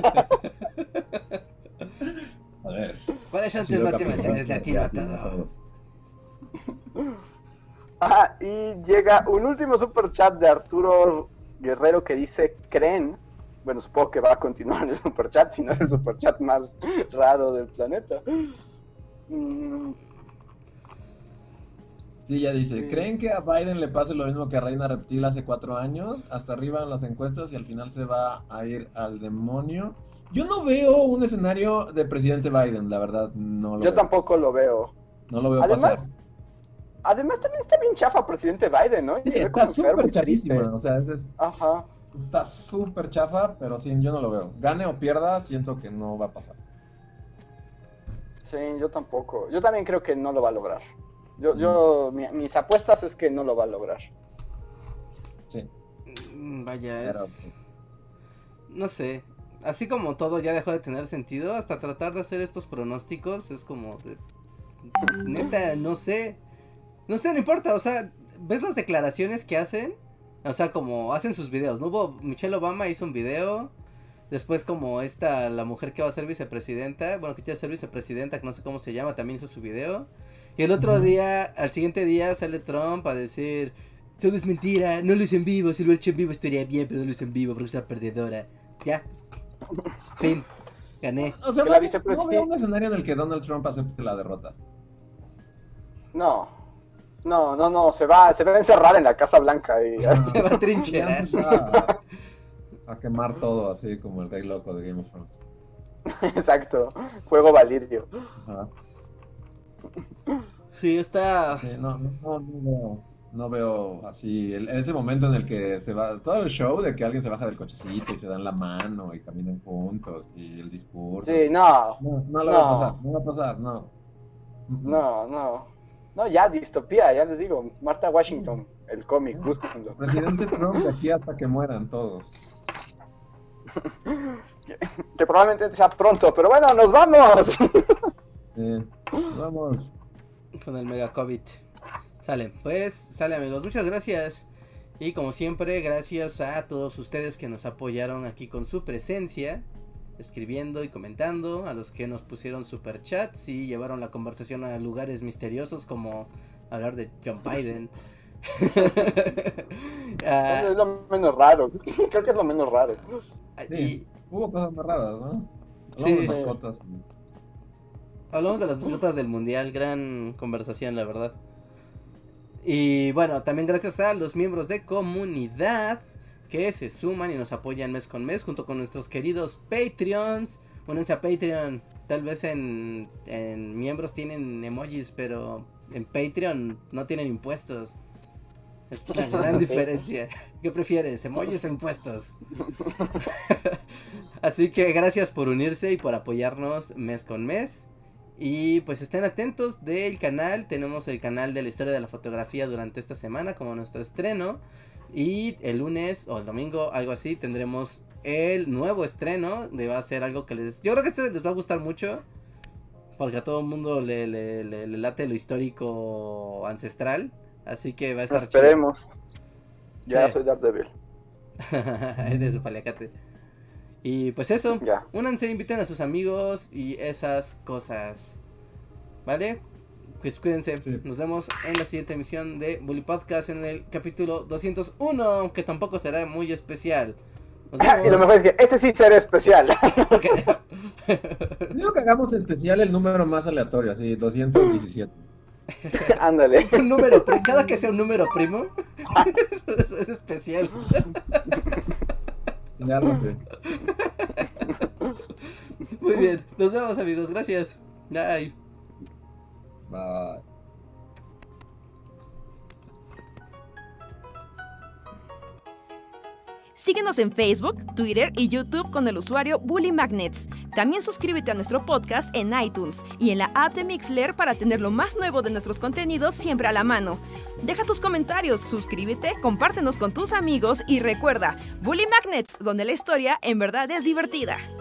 A ver. ¿Cuáles son Sí, tus lo motivaciones, capturó. Latino a todo? Ah, y llega un último super chat de Arturo Guerrero que dice, ¿creen? Bueno, supongo que va a continuar el super chat, si no es el super chat más raro del planeta. Mm, Sí, ya dice, Sí. ¿creen que a Biden le pase lo mismo que a Reina Reptil hace cuatro años? Hasta arriba en las encuestas y al final se va a ir al demonio. Yo no veo un escenario de presidente Biden, la verdad, no lo yo veo. tampoco lo veo. No lo veo Además, pasar. además también está bien chafa presidente Biden, ¿no? Y Sí, se ve está como enfermo súper y triste. chafísima, o sea, es- es- Ajá. está súper chafa, pero sí, yo no lo veo. Gane o pierda, siento que no va a pasar. Sí, yo tampoco. Yo también creo que no lo va a lograr. Yo, yo, mi- mis apuestas es que no lo va a lograr. Sí, Mm, Vaya, pero es... no sé, así como todo ya dejó de tener sentido, hasta tratar de hacer estos pronósticos es como de, neta, no sé, no sé, no importa, o sea, ¿ves las declaraciones que hacen? O sea, como hacen sus videos, ¿no? Hubo, Michelle Obama hizo un video, después como esta, la mujer que va a ser vicepresidenta, bueno, que quiere ser vicepresidenta, que no sé cómo se llama, también hizo su video, y el otro día, al siguiente día sale Trump a decir, todo es mentira, no lo hice en vivo, si lo he hecho en vivo estaría bien, pero no lo hice en vivo porque es una perdedora, ya, fin, gané. O sea, Que la no, vicepresid- no veo un escenario en el que Donald Trump acepte la derrota. No, no, no, no, se va, se va a encerrar en la Casa Blanca y Se va a trincherar. A, a quemar todo, así como el rey loco de Game of Thrones. exacto, fuego valirio. Ajá. Sí, está... Sí, no, no, no, no veo, no veo así, el- ese momento en el que se va, todo el show de que alguien se baja del cochecito y se dan la mano y caminan juntos y el discurso. Sí, no, No, no lo No. va a pasar, no va a pasar, no. no, no, no, ya distopía, ya les digo, Martha Washington, el cómic, búsquenlo. Presidente Trump de aquí hasta que mueran todos. Que probablemente sea pronto, pero bueno, nos vamos. Eh, vamos. Con el mega COVID. Sale, pues, sale amigos, muchas gracias. Y como siempre, gracias a todos ustedes que nos apoyaron aquí con su presencia, escribiendo y comentando, a los que nos pusieron superchats y llevaron la conversación a lugares misteriosos como hablar de John Biden. Ah, Es lo menos raro, creo que es lo menos raro. y Sí, hubo cosas más raras, ¿no? Hablamos Sí. de mascotas. hablamos de las mascotas del mundial, gran conversación la verdad. Y bueno, también gracias a los miembros de comunidad que se suman y nos apoyan mes con mes junto con nuestros queridos Patreons. Únanse a Patreon, tal vez en, en miembros tienen emojis, pero en Patreon no tienen impuestos. Es una gran diferencia. ¿Qué prefieres, emojis o impuestos? Así que gracias por unirse y por apoyarnos mes con mes. Y pues estén atentos del canal. Tenemos el canal de la historia de la fotografía durante esta semana como nuestro estreno. Y el lunes o el domingo, algo así, tendremos el nuevo estreno. De va a ser algo que les... Yo creo que este les va a gustar mucho. Porque a todo el mundo le, le, le, le late lo histórico ancestral. Así que va a estar Esperemos. Ya Sí. soy Daredevil. chido. De su paliacate. Y pues eso. Ya. Únanse, inviten a sus amigos y esas cosas. ¿Vale? Pues cuídense. Sí. Nos vemos en la siguiente emisión de Bully Podcast en el capítulo doscientos uno, que tampoco será muy especial. Nos vemos. Y lo mejor es que este sí será especial. Digo que hagamos especial el número más aleatorio, así, doscientos diecisiete. Ándale. Un número, pri- cada que sea un número primo, es, es especial. Sí, algo así. Muy bien, nos vemos amigos, gracias. Bye. Bye. Síguenos en Facebook, Twitter y YouTube con el usuario Bully Magnets. También suscríbete a nuestro podcast en iTunes y en la app de Mixler para tener lo más nuevo de nuestros contenidos siempre a la mano. Deja tus comentarios, suscríbete, compártenos con tus amigos y recuerda, Bully Magnets, donde la historia en verdad es divertida.